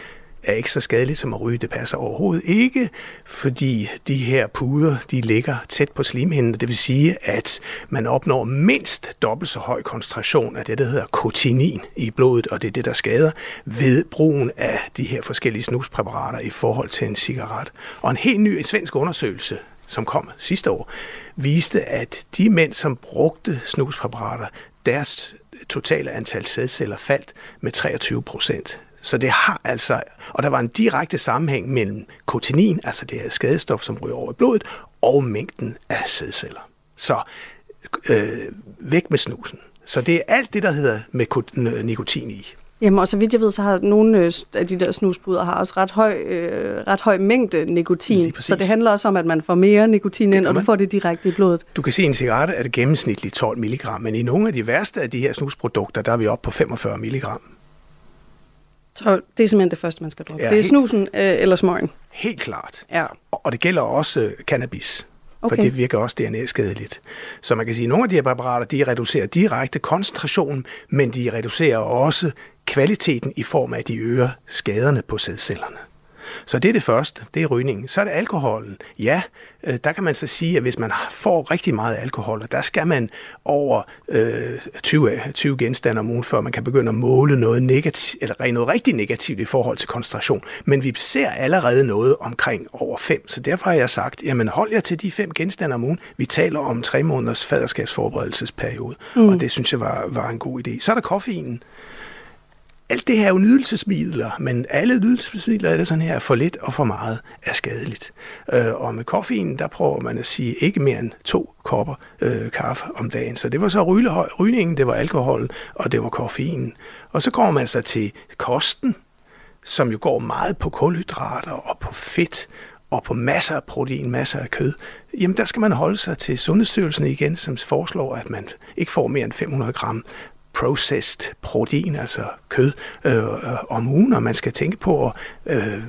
er ikke så skadeligt som at ryge. Det passer overhovedet ikke, fordi de her puder, de ligger tæt på slimhinden. Det vil sige, at man opnår mindst dobbelt så høj koncentration af det, der hedder kotinin i blodet, og det er det, der skader ved brugen af de her forskellige snuspræparater i forhold til en cigaret. Og en helt ny en svensk undersøgelse, som kom sidste år, viste, at de mænd, som brugte snuspræparater, deres totale antal sædceller faldt med treogtyve procent. Så det har altså, og der var en direkte sammenhæng mellem kotinin, altså det her skadestof, som ryger over i blodet, og mængden af sædceller. Så øh, væk med snusen. Så det er alt det, der hedder med nikotin i. Jamen, og så vidt jeg ved, så har nogle af de der snusbryder har også ret høj, øh, ret høj mængde nikotin. Så det handler også om, at man får mere nikotin ind, og du får det direkte i blodet. Du kan se, at en cigaret er det gennemsnitligt tolv milligram, men i nogle af de værste af de her snusprodukter, der er vi oppe på femogfyrre milligram. Så det er simpelthen det første, man skal droppe. Ja, det er helt, snusen øh, eller smøgen? Helt klart. Ja. Og det gælder også øh, cannabis. Okay. For det virker også D N A-skadeligt. Så man kan sige, at nogle af de her præparater, de reducerer direkte koncentrationen, men de reducerer også kvaliteten i form af, at de øger skaderne på sædcellerne. Så det er det første, det er rygningen. Så er det alkoholen. Ja, der kan man så sige, at hvis man får rigtig meget alkohol, der skal man over øh, tyve, tyve genstande om ugen, før man kan begynde at måle noget negativt, eller noget rigtig negativt i forhold til koncentration. Men vi ser allerede noget omkring over fem, så derfor har jeg sagt, jamen hold jer til de fem genstande om ugen. Vi taler om tre måneders faderskabsforberedelsesperiode, mm. og det synes jeg var, var en god idé. Så er der koffeinen. Alt det her er jo nydelsesmidler, men alle nydelsesmidler er det sådan her, for lidt og for meget er skadeligt. Øh, og med koffein, der prøver man at sige ikke mere end to kopper øh, kaffe om dagen. Så det var så rygehøj, rygningen, det var alkohol, og det var koffeinen. Og så går man så til kosten, som jo går meget på kulhydrater og på fedt, og på masser af protein, masser af kød. Jamen der skal man holde sig til Sundhedsstyrelsen igen, som foreslår, at man ikke får mere end fem hundrede gram processed protein, altså kød, øh, om ugen, og man skal tænke på at øh,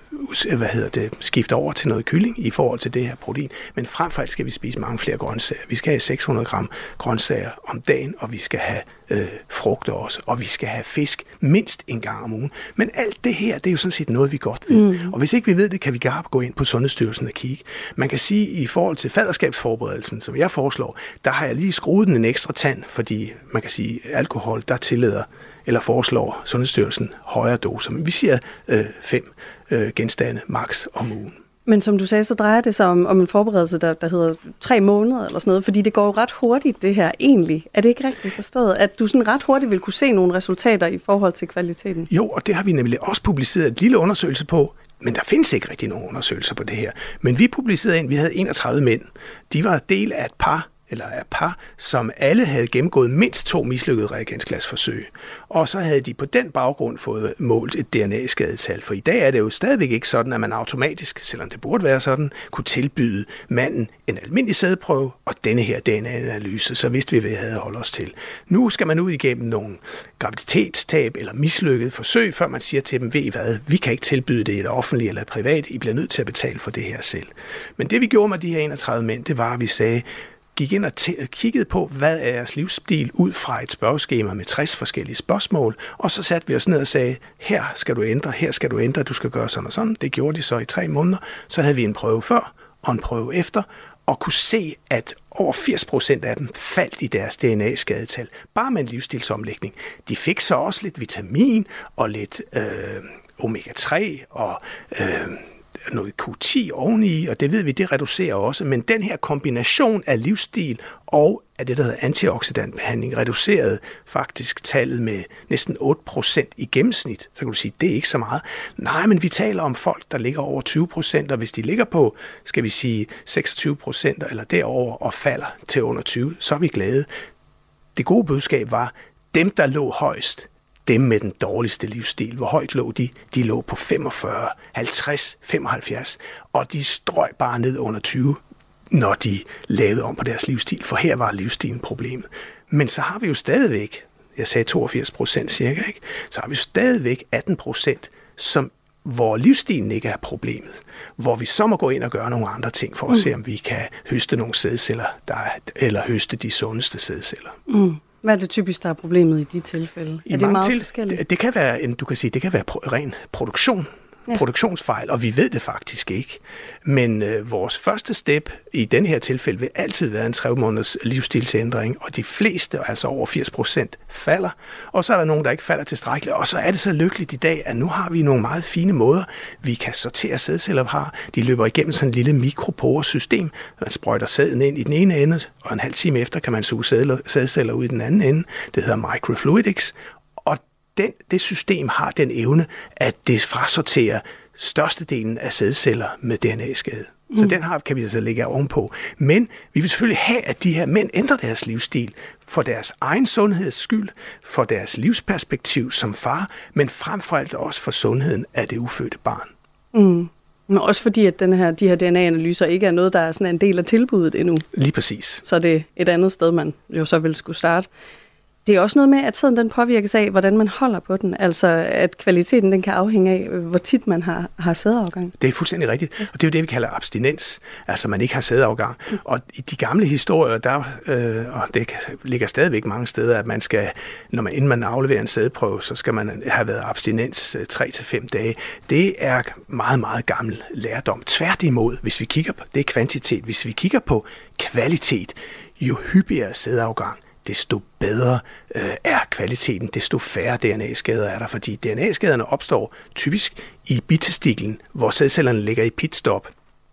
hvad hedder det, skifte over til noget kylling i forhold til det her protein. Men frem for alt skal vi spise mange flere grøntsager. Vi skal have seks hundrede gram grøntsager om dagen, og vi skal have øh, frugter også, og vi skal have fisk mindst en gang om ugen. Men alt det her, det er jo sådan set noget, vi godt ved. Mm. Og hvis ikke vi ved det, kan vi gerne gå ind på Sundhedsstyrelsen og kigge. Man kan sige, i forhold til faderskabsforberedelsen, som jeg foreslår, der har jeg lige skruet den en ekstra tand, fordi man kan sige, alkohol, der tillader eller foreslår Sundhedsstyrelsen højere doser. Men vi siger øh, fem øh, genstande max om ugen. Men som du sagde, så drejer det sig om, om en forberedelse, der, der hedder tre måneder eller sådan noget, fordi det går jo ret hurtigt det her egentlig. Er det ikke rigtigt forstået, at du sådan ret hurtigt vil kunne se nogle resultater i forhold til kvaliteten? Jo, og det har vi nemlig også publiceret et lille undersøgelse på, men der findes ikke rigtig nogen undersøgelser på det her. Men vi publicerede en, vi havde enogtredive mænd. De var del af et par, eller af par, som alle havde gennemgået mindst to mislykkede reagensglasforsøg. Og så havde de på den baggrund fået målt et D N A-skadetal. For i dag er det jo stadigvæk ikke sådan, at man automatisk, selvom det burde være sådan, kunne tilbyde manden en almindelig sædprøve og denne her D N A-analyse. Så vidste vi, hvad vi havde holdt os til. Nu skal man ud igennem nogle graviditetstab eller mislykkede forsøg, før man siger til dem, ved I hvad, vi kan ikke tilbyde det i det offentlige eller privat. I bliver nødt til at betale for det her selv. Men det vi gjorde med de her enogtredive mænd, det var, at vi sagde, gik ind og t- kiggede på, hvad er jeres livsstil ud fra et spørgeskema med tres forskellige spørgsmål, og så satte vi os ned og sagde, her skal du ændre, her skal du ændre, du skal gøre sådan og sådan. Det gjorde de så i tre måneder. Så havde vi en prøve før og en prøve efter, og kunne se, at over firs procent af dem faldt i deres D N A-skadetal, bare med en livsstilsomlægning. De fik så også lidt vitamin og lidt øh, omega tre og øh, noget Q ti oveni, og det ved vi, det reducerer også. Men den her kombination af livsstil og af det, der hedder antioxidantbehandling, reducerede faktisk tallet med næsten otte procent i gennemsnit. Så kan du sige, det er ikke så meget. Nej, men vi taler om folk, der ligger over tyve procent, og hvis de ligger på, skal vi sige, seksogtyve procent eller derover og falder til under tyve, så er vi glade. Det gode budskab var, dem, der lå højst, dem med den dårligste livsstil. Hvor højt lå de? De lå på femogfyrre, halvtreds, femoghalvfjerds, og de strøg bare ned under tyve, når de lavede om på deres livsstil, for her var livsstilen problemet. Men så har vi jo stadigvæk, jeg sagde toogfirs procent cirka, ikke? Så har vi stadigvæk atten procent, som hvor livsstilen ikke er problemet, hvor vi så må gå ind og gøre nogle andre ting for at mm. se, om vi kan høste nogle sædceller, der er, eller høste de sundeste sædceller. Mm. Hvad er det typisk, der er problemet i de tilfælde? I er det meget til, forskelligt? Det, det kan være en, du kan sige, det kan være pro, ren produktion ja. produktionsfejl, og vi ved det faktisk ikke. Men øh, vores første step i den her tilfælde vil altid være en tre måneders livsstilsændring, og de fleste, altså over firs procent, falder. Og så er der nogen, der ikke falder tilstrækkeligt, og så er det så lykkeligt i dag, at nu har vi nogle meget fine måder, vi kan sortere sædceller har. De løber igennem sådan et lille mikroporesystem. Man sprøjter sæden ind i den ene ende, og en halv time efter kan man suge sædceller ud i den anden ende. Det hedder microfluidics. Og den, det system har den evne, at det frasorterer størstedelen af sædceller med D N A-skade. Mm. Så den har, kan vi altså lægge ovenpå. Men vi vil selvfølgelig have, at de her mænd ændrer deres livsstil for deres egen sundheds skyld, for deres livsperspektiv som far, men frem for alt også for sundheden af det ufødte barn. Mm. Men også fordi, at den her, de her D N A-analyser ikke er noget, der er sådan en del af tilbuddet endnu. Lige præcis. Så det er et andet sted, man jo så vil skulle starte. Det er også noget med, at sæden den påvirkes af, hvordan man holder på den. Altså, at kvaliteten den kan afhænge af, hvor tit man har, har sædafgang. Det er fuldstændig rigtigt. Og det er jo det, vi kalder abstinens. Altså, man ikke har sædafgang. Mm. Og i de gamle historier, der, øh, og det ligger stadigvæk mange steder, at man skal, når man, inden man afleverer en sædprøve, så skal man have været abstinens tre til fem dage. Det er meget, meget gammel lærdom. Tværtimod, hvis vi kigger på, det er kvantitet. Hvis vi kigger på kvalitet, jo hyppigere sædafgang, desto bedre øh, er kvaliteten, desto færre D N A-skader er der, fordi D N A-skaderne opstår typisk i bitestiklen, hvor sædcellerne ligger i pitstop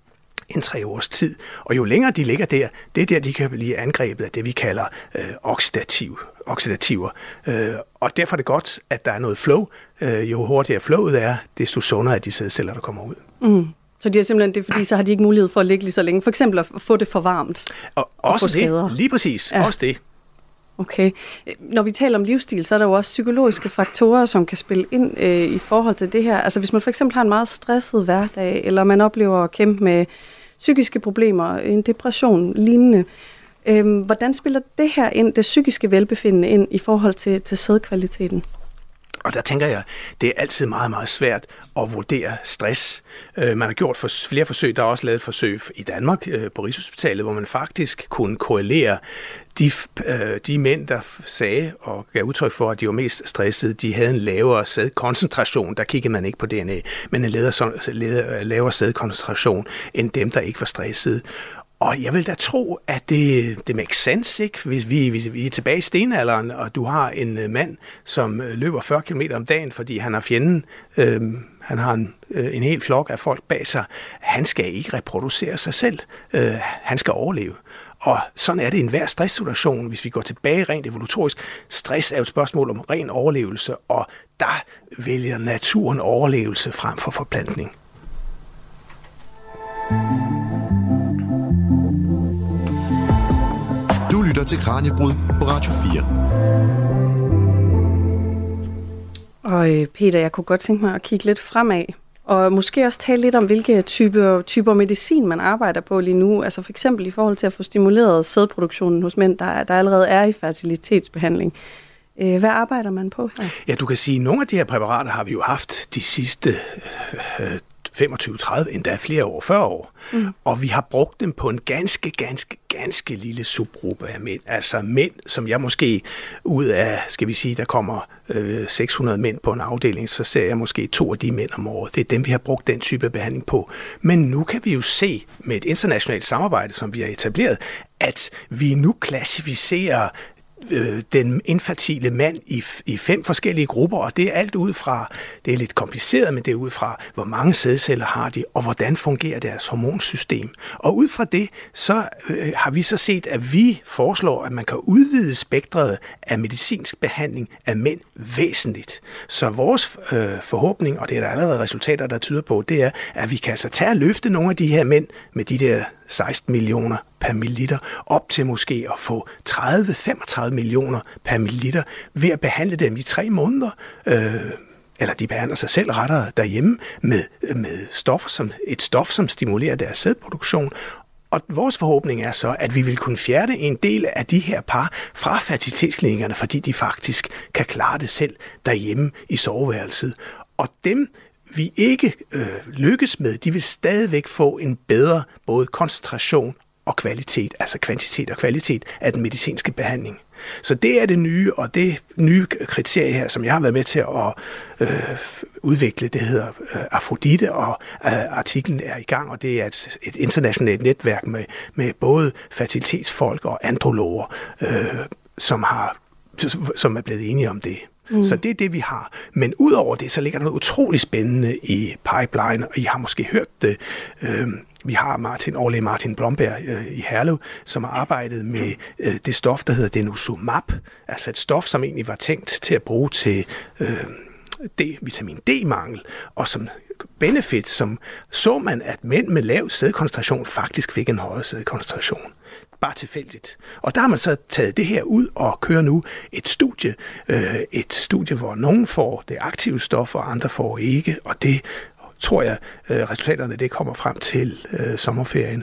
en tre års tid. Og jo længere de ligger der, det er der, de kan blive angrebet af det, vi kalder øh, oxidativ, oxidativer. Øh, og derfor er det godt, at der er noget flow. Øh, jo hurtigere flowet er, desto sundere er de sædceller, der kommer ud. Mm. Så de er simpelthen det, fordi så har de ikke mulighed for at ligge lige så længe. For eksempel at få det for varmt. Og, og også det, lige præcis, ja. Også det. Okay. Når vi taler om livsstil, så er der jo også psykologiske faktorer, som kan spille ind øh, i forhold til det her. Altså hvis man for eksempel har en meget stresset hverdag, eller man oplever at kæmpe med psykiske problemer, en depression, lignende. Øh, hvordan spiller det her ind, det psykiske velbefindende ind i forhold til, til sædkvaliteten? Og der tænker jeg, det er altid meget, meget svært at vurdere stress. Man har gjort for flere forsøg, der er også lavet forsøg i Danmark på Rigshospitalet, hvor man faktisk kunne korrelere de, de mænd, der sagde og gav udtryk for, at de var mest stressede, de havde en lavere sædkoncentration. Der kiggede man ikke på D N A, men en lavere sædkoncentration end dem, der ikke var stressede. Og jeg vil da tro, at det, det makes sense, ikke? Hvis vi, hvis vi er tilbage i stenalderen, og du har en mand, som løber fyrre kilometer om dagen, fordi han har fjenden, øh, han har en, en hel flok af folk bag sig, han skal ikke reproducere sig selv. Øh, han skal overleve. Og sådan er det i enhver stresssituation, hvis vi går tilbage rent evolutorisk. Stress er jo et spørgsmål om ren overlevelse, og der vælger naturen overlevelse frem for forplantning. Du lytter til Kraniebrud på Radio fire. Og Peter, jeg kunne godt tænke mig at kigge lidt fremad, og måske også tale lidt om, hvilke typer, typer medicin man arbejder på lige nu. Altså for eksempel i forhold til at få stimuleret sædproduktionen hos mænd, der, der allerede er i fertilitetsbehandling. Hvad arbejder man på her? Ja, du kan sige, at nogle af de her præparater har vi jo haft de sidste øh, femogtyve tredive, endda flere år, fyrre år. Mm. Og vi har brugt dem på en ganske, ganske, ganske lille subgruppe af mænd. Altså mænd, som jeg måske ud af, skal vi sige, der kommer øh, seks hundrede mænd på en afdeling, så ser jeg måske to af de mænd om året. Det er dem, vi har brugt den type behandling på. Men nu kan vi jo se med et internationalt samarbejde, som vi har etableret, at vi nu klassificerer den infertile mand i, i fem forskellige grupper, og det er alt ud fra, det er lidt kompliceret, men det er ud fra, hvor mange sædceller har de, og hvordan fungerer deres hormonsystem. Og ud fra det, så øh, har vi så set, at vi foreslår, at man kan udvide spektret af medicinsk behandling af mænd væsentligt. Så vores øh, forhåbning, og det er der allerede resultater, der tyder på, det er, at vi kan altså tage og løfte nogle af de her mænd med de der seksten millioner per milliliter, op til måske at få tredive til femogtredive millioner per milliliter ved at behandle dem i tre måneder. Øh, eller de behandler sig selv rettere derhjemme med, med stoffer som, et stof, som stimulerer deres sædproduktion. Og vores forhåbning er så, at vi vil kunne fjerne en del af de her par fra fertilitetsklinikkerne, fordi de faktisk kan klare det selv derhjemme i soveværelset. Og dem, vi ikke øh, lykkes med, de vil stadigvæk få en bedre både koncentration og kvalitet, altså kvantitet og kvalitet af den medicinske behandling. Så det er det nye, og det nye kriterie her, som jeg har været med til at øh, udviklet. Det hedder øh, Afrodite, og øh, artiklen er i gang, og det er et, et internationalt netværk med, med både fertilitetsfolk og androloger, øh, som, har, som er blevet enige om det. Mm. Så det er det, vi har. Men udover det, så ligger der noget utrolig spændende i pipeline, og I har måske hørt det. Øh, vi har Martin, overlæge Martin Blomberg øh, i Herlev, som har arbejdet med øh, det stof, der hedder denosumab, altså et stof, som egentlig var tænkt til at bruge til øh, D, vitamin D-mangel, og som benefit, som så man, at mænd med lav sædkoncentration faktisk fik en højere sædkoncentration. Bare tilfældigt. Og der har man så taget det her ud og kører nu et studie, øh, et studie, hvor nogen får det aktive stof, og andre får ikke, og det tror jeg, øh, resultaterne det kommer frem til øh, sommerferien.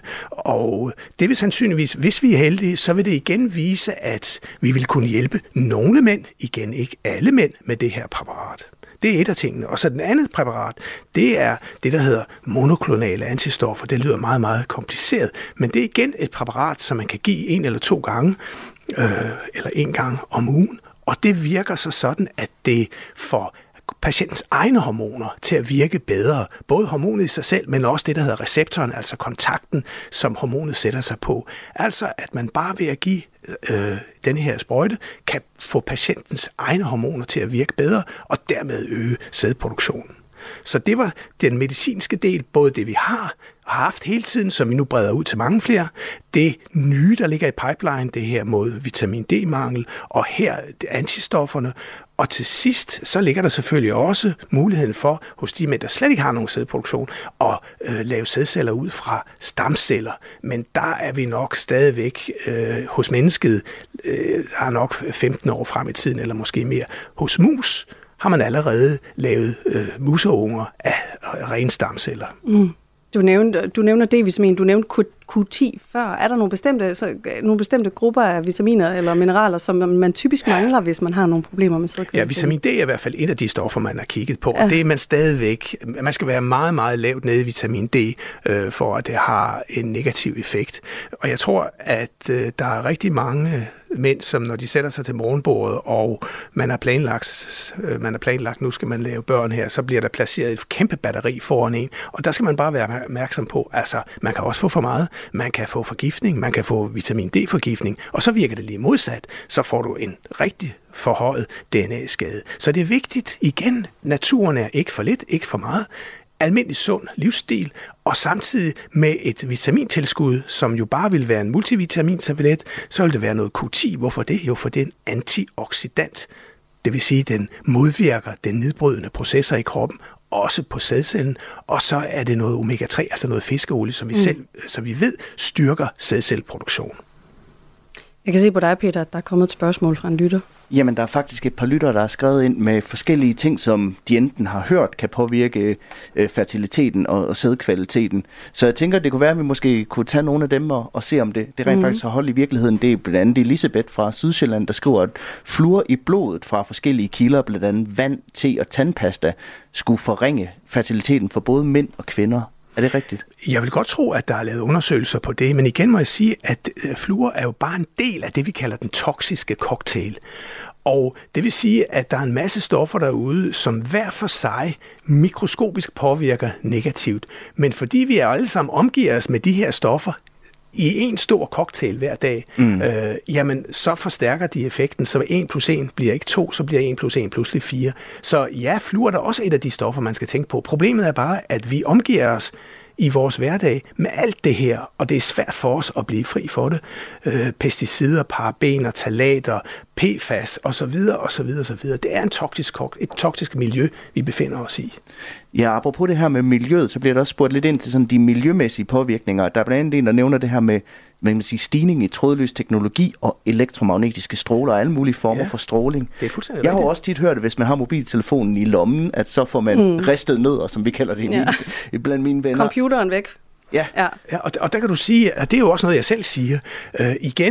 Og det vil sandsynligvis, hvis vi er heldige, så vil det igen vise, at vi vil kunne hjælpe nogle mænd, igen ikke alle mænd, med det her præparat. Det er et af tingene. Og så den andet præparat, det er det, der hedder monoklonale antistoffer. Det lyder meget, meget kompliceret, men det er igen et præparat, som man kan give en eller to gange, øh, eller en gang om ugen. Og det virker så sådan, at det får patientens egne hormoner til at virke bedre. Både hormonet i sig selv, men også det, der hedder receptoren, altså kontakten, som hormonet sætter sig på. Altså, at man bare ved at give øh, denne her sprøjte, kan få patientens egne hormoner til at virke bedre, og dermed øge sædproduktionen. Så det var den medicinske del, både det vi har og har haft hele tiden, som vi nu breder ud til mange flere. Det nye, der ligger i pipeline, det her mod vitamin D-mangel, og her antistofferne. Og til sidst, så ligger der selvfølgelig også muligheden for, hos de mænd, der slet ikke har nogen sædproduktion, at øh, lave sædceller ud fra stamceller. Men der er vi nok stadigvæk øh, hos mennesket, øh, der er nok femten år frem i tiden, eller måske mere. Hos mus har man allerede lavet øh, museunger af rene stamceller. Mm. Du nævnte, du nævner D-vitamin, du nævnte Q ti før. Er der nogle bestemte, så, nogle bestemte grupper af vitaminer eller mineraler, som man typisk mangler, hvis man har nogle problemer med sædkvalitet? Ja, vitamin D er i hvert fald et af de stoffer, man har kigget på, ja. Og det er man stadigvæk. Man skal være meget, meget lavt nede i vitamin D, øh, for at det har en negativ effekt. Og jeg tror, at øh, der er rigtig mange mænd, som når de sætter sig til morgenbordet, og man har planlagt, man har planlagt, nu skal man lave børn her, så bliver der placeret et kæmpe batteri foran en, og der skal man bare være opmærksom på, altså man kan også få for meget, man kan få forgiftning, man kan få vitamin D-forgiftning, og så virker det lige modsat, så får du en rigtig forhøjet D N A-skade. Så det er vigtigt, igen, naturen er ikke for lidt, ikke for meget, almindelig sund livsstil, og samtidig med et vitamintilskud, som jo bare vil være en multivitamintablet, så vil det være noget Q ti. Hvorfor det? Jo, for det er en antioxidant. Det vil sige, at den modvirker den nedbrydende processer i kroppen, også på sædcellen, og så er det noget omega tre, altså noget fiskeolie, som vi, mm. selv, som vi ved styrker sædcelleproduktion. Jeg kan se på dig, Peter, at der er kommet et spørgsmål fra en lytter. Jamen, der er faktisk et par lyttere, der har skrevet ind med forskellige ting, som de enten har hørt, kan påvirke øh, fertiliteten og, og sædkvaliteten. Så jeg tænker, det kunne være, at vi måske kunne tage nogle af dem og, og se, om det, det rent mm. faktisk har holdt i virkeligheden. Det er blandt andet Elisabeth fra Sydsjælland, der skriver, at fluor i blodet fra forskellige kilder, blandt andet vand, te og tandpasta, skulle forringe fertiliteten for både mænd og kvinder. Er det rigtigt? Jeg vil godt tro, at der er lavet undersøgelser på det, men igen må jeg sige, at fluor er jo bare en del af det, vi kalder den toksiske cocktail. Og det vil sige, at der er en masse stoffer derude, som hver for sig mikroskopisk påvirker negativt. Men fordi vi alle sammen omgiver os med de her stoffer i en stor cocktail hver dag, mm. øh, jamen så forstærker de effekten, så en plus en bliver ikke to, så bliver en plus en pludselig fire. Så ja, fluor er da også et af de stoffer, man skal tænke på. Problemet er bare, at vi omgiver os i vores hverdag med alt det her, og det er svært for os at blive fri for det. Øh, pesticider, parabener, ftalater, P F A S osv. osv. osv. Det er en toksisk, et toksisk miljø, vi befinder os i. Ja, apropos det her med miljøet, så bliver der også spurgt lidt ind til sådan de miljømæssige påvirkninger. Der er blandt andet en, der nævner det her med hvad man siger, stigning i trådløs teknologi og elektromagnetiske stråler og alle mulige former ja, for stråling. Det er fuldstændig Jeg har også tit hørt, at hvis man har mobiltelefonen i lommen, at så får man mm. ristet nødder, som vi kalder det ja. i, blandt mine venner. Computeren væk. Ja, ja. ja og, og der kan du sige, at det er jo også noget, jeg selv siger. Øh, igen,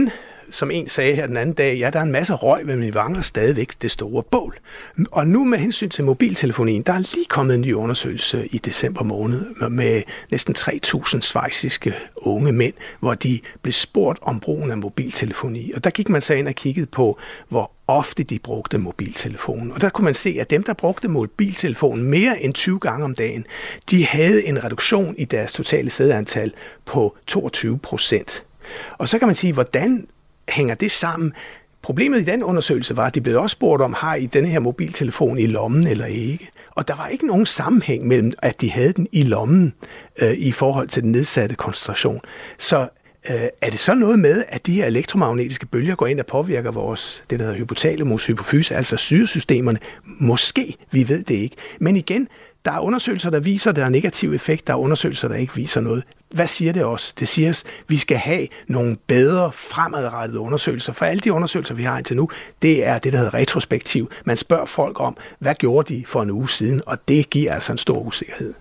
som en sagde her den anden dag, ja, der er en masse røg, men vi mangler stadigvæk det store bål. Og nu med hensyn til mobiltelefonien, der er lige kommet en ny undersøgelse i december måned med næsten tre tusind schweiziske unge mænd, hvor de blev spurgt om brugen af mobiltelefoni. Og der gik man så ind og kiggede på, hvor ofte de brugte mobiltelefonen. Og der kunne man se, at dem, der brugte mobiltelefonen mere end tyve gange om dagen, de havde en reduktion i deres totale sædeantal på toogtyve procent. Og så kan man sige, hvordan hænger det sammen? Problemet i den undersøgelse var, at de blev også spurgt om, har I denne her mobiltelefon i lommen eller ikke? Og der var ikke nogen sammenhæng mellem, at de havde den i lommen øh, i forhold til den nedsatte koncentration. Så øh, er det så noget med, at de her elektromagnetiske bølger går ind og påvirker vores, det der hedder hypotalamus, hypofyse, altså styresystemerne? Måske, vi ved det ikke. Men igen, der er undersøgelser, der viser, at der er negativ effekt. Der er undersøgelser, der ikke viser noget. Hvad siger det også? Det siger os, at vi skal have nogle bedre fremadrettede undersøgelser. For alle de undersøgelser, vi har indtil nu, det er det, der hedder retrospektiv. Man spørger folk om, hvad gjorde de for en uge siden? Og det giver altså en stor usikkerhed.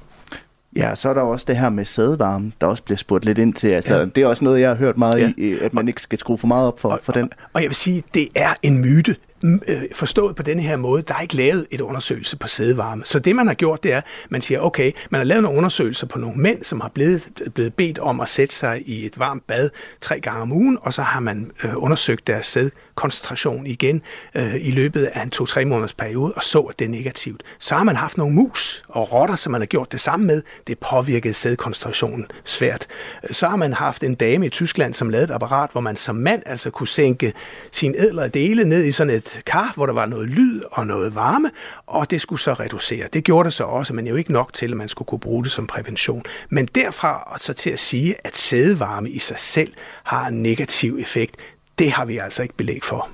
Ja, så er der også det her med sædevarme, der også bliver spurgt lidt ind til. Altså, ja. Det er også noget, jeg har hørt meget ja. i, at man ikke skal skrue for meget op for, og, for den. Og, og jeg vil sige, det er en myte. Forstået på denne her måde, der er ikke lavet et undersøgelse på sædevarme. Så det, man har gjort, det er, man siger, okay, man har lavet nogle undersøgelser på nogle mænd, som har blevet, blevet bedt om at sætte sig i et varmt bad tre gange om ugen, og så har man øh, undersøgt deres sædkoncentration igen øh, i løbet af en to-tre måneders periode, og så, at det er negativt. Så har man haft nogle mus og rotter, som man har gjort det samme med. Det påvirkede sædkoncentrationen svært. Så har man haft en dame i Tyskland, som lavede et apparat, hvor man som mand altså kunne sænke sine ædlere dele ned i sådan et kar, hvor der var noget lyd og noget varme, og det skulle så reducere. Det gjorde det så også, men jo ikke nok til, at man skulle kunne bruge det som prævention. Men derfra og så til at sige, at sædevarme i sig selv har en negativ effekt, det har vi altså ikke belæg for.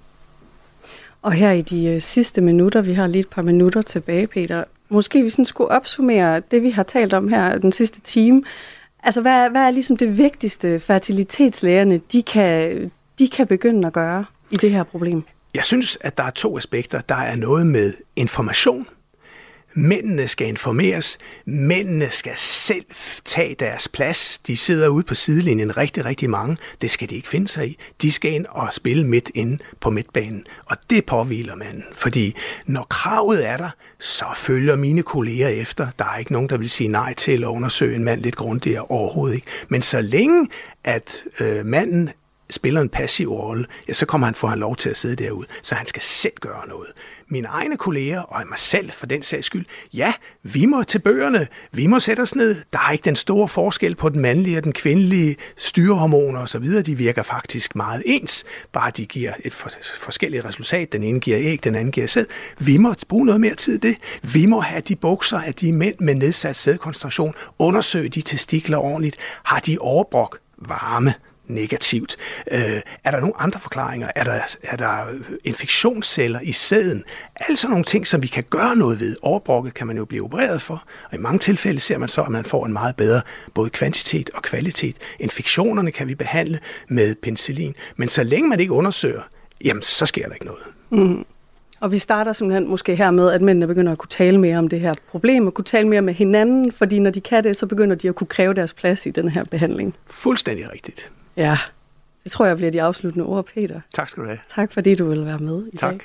Og her i de øh, sidste minutter, vi har lige et par minutter tilbage, Peter, måske vi sådan skulle opsummere det, vi har talt om her den sidste time. Altså, hvad, hvad er ligesom det vigtigste, fertilitetslægerne, de kan, de kan begynde at gøre i det her problem? Jeg synes, at der er to aspekter. Der er noget med information. Mændene skal informeres. Mændene skal selv tage deres plads. De sidder ude på sidelinjen rigtig, rigtig mange. Det skal de ikke finde sig i. De skal ind og spille midt inde på midtbanen. Og det påhviler manden. Fordi når kravet er der, så følger mine kolleger efter. Der er ikke nogen, der vil sige nej til at undersøge en mand lidt grundigere, overhovedet ikke. Men så længe, at øh, manden spiller en passiv rolle, ja, så kommer han for at have lov til at sidde derude, så han skal selv gøre noget. Mine egne kolleger, og mig selv for den sags skyld, ja, vi må til bøgerne, vi må sætte os ned. Der er ikke den store forskel på den mandlige og den kvindelige styrehormoner osv., de virker faktisk meget ens, bare de giver et for, forskelligt resultat. Den ene giver æg, den anden giver sæd. Vi må bruge noget mere tid i det. Vi må have de bukser af de mænd med nedsat sædkoncentration, undersøge de testikler ordentligt. Har de overbrok varme? Negativt. Øh, er der nogle andre forklaringer? Er der, er der infektionsceller i sæden? Altså nogle ting, som vi kan gøre noget ved. Overbrokket kan man jo blive opereret for, og i mange tilfælde ser man så, at man får en meget bedre både kvantitet og kvalitet. Infektionerne kan vi behandle med penicillin, men så længe man ikke undersøger, jamen så sker der ikke noget. Mm. Og vi starter simpelthen måske her med, at mændene begynder at kunne tale mere om det her problem, og kunne tale mere med hinanden, fordi når de kan det, så begynder de at kunne kræve deres plads i den her behandling. Fuldstændig rigtigt. Ja, det tror jeg bliver de afsluttende ord, Peter. Tak skal du have. Tak fordi du vil være med i tak. dag.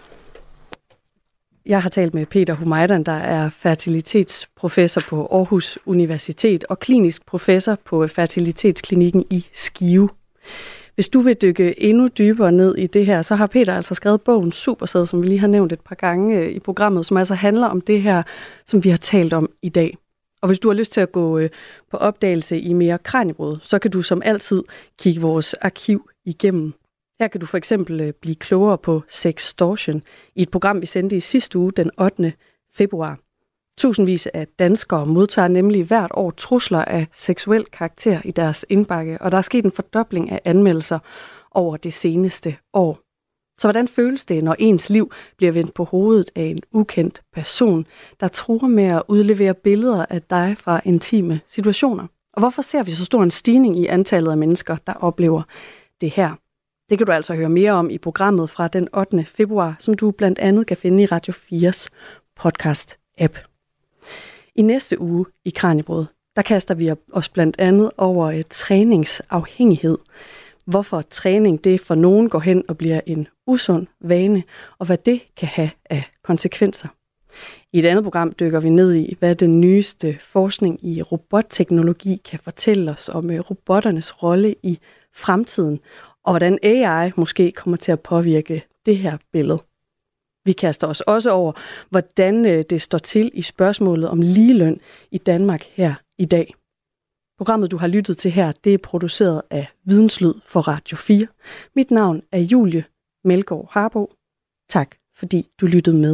Jeg har talt med Peter Humaydan, der er fertilitetsprofessor på Aarhus Universitet og klinisk professor på fertilitetsklinikken i Skive. Hvis du vil dykke endnu dybere ned i det her, så har Peter altså skrevet bogen Supersæd, som vi lige har nævnt et par gange i programmet, som altså handler om det her, som vi har talt om i dag. Og hvis du har lyst til at gå på opdagelse i mere Kraniebrud, så kan du som altid kigge vores arkiv igennem. Her kan du for eksempel blive klogere på sextortion i et program, vi sendte i sidste uge den ottende februar. Tusindvis af danskere modtager nemlig hvert år trusler af seksuel karakter i deres indbakke, og der er sket en fordobling af anmeldelser over det seneste år. Så hvordan føles det, når ens liv bliver vendt på hovedet af en ukendt person, der truer med at udlevere billeder af dig fra intime situationer? Og hvorfor ser vi så stor en stigning i antallet af mennesker, der oplever det her? Det kan du altså høre mere om i programmet fra den ottende februar, som du blandt andet kan finde i Radio fires podcast-app. I næste uge i Kraniebrud, der kaster vi os blandt andet over et træningsafhængighed. hvorfor træning det for nogen går hen og bliver en usund vane, og hvad det kan have af konsekvenser. I et andet program dykker vi ned i, hvad den nyeste forskning i robotteknologi kan fortælle os om robotternes rolle i fremtiden, og hvordan A I måske kommer til at påvirke det her billede. Vi kaster os også over, hvordan det står til i spørgsmålet om ligeløn i Danmark her i dag. Programmet, du har lyttet til her, det er produceret af Videnslyd for Radio fire. Mit navn er Julie Melgaard Harbo. Tak, fordi du lyttede med.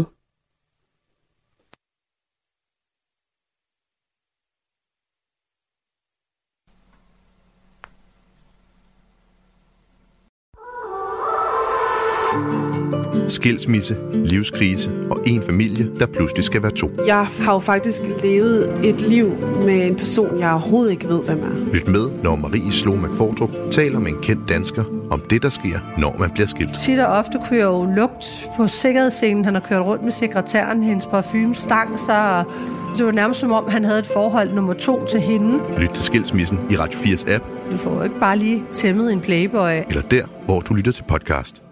Skilsmisse, livskrise og en familie, der pludselig skal være to. Jeg har jo faktisk levet et liv med en person, jeg overhovedet ikke ved, hvem er. Lyt med, når Marie Slo McFordrup taler med en kendt dansker om det, der sker, når man bliver skilt. Tit og ofte kunne jeg jo lugt på sikkerhedsscenen. Han har kørt rundt med sekretæren, hendes parfume stank sig. Det var nærmest som om, han havde et forhold nummer to til hende. Lyt til Skilsmissen i Radio fires app. Du får jo ikke bare lige tæmmet en playboy. Eller der, hvor du lytter til podcast.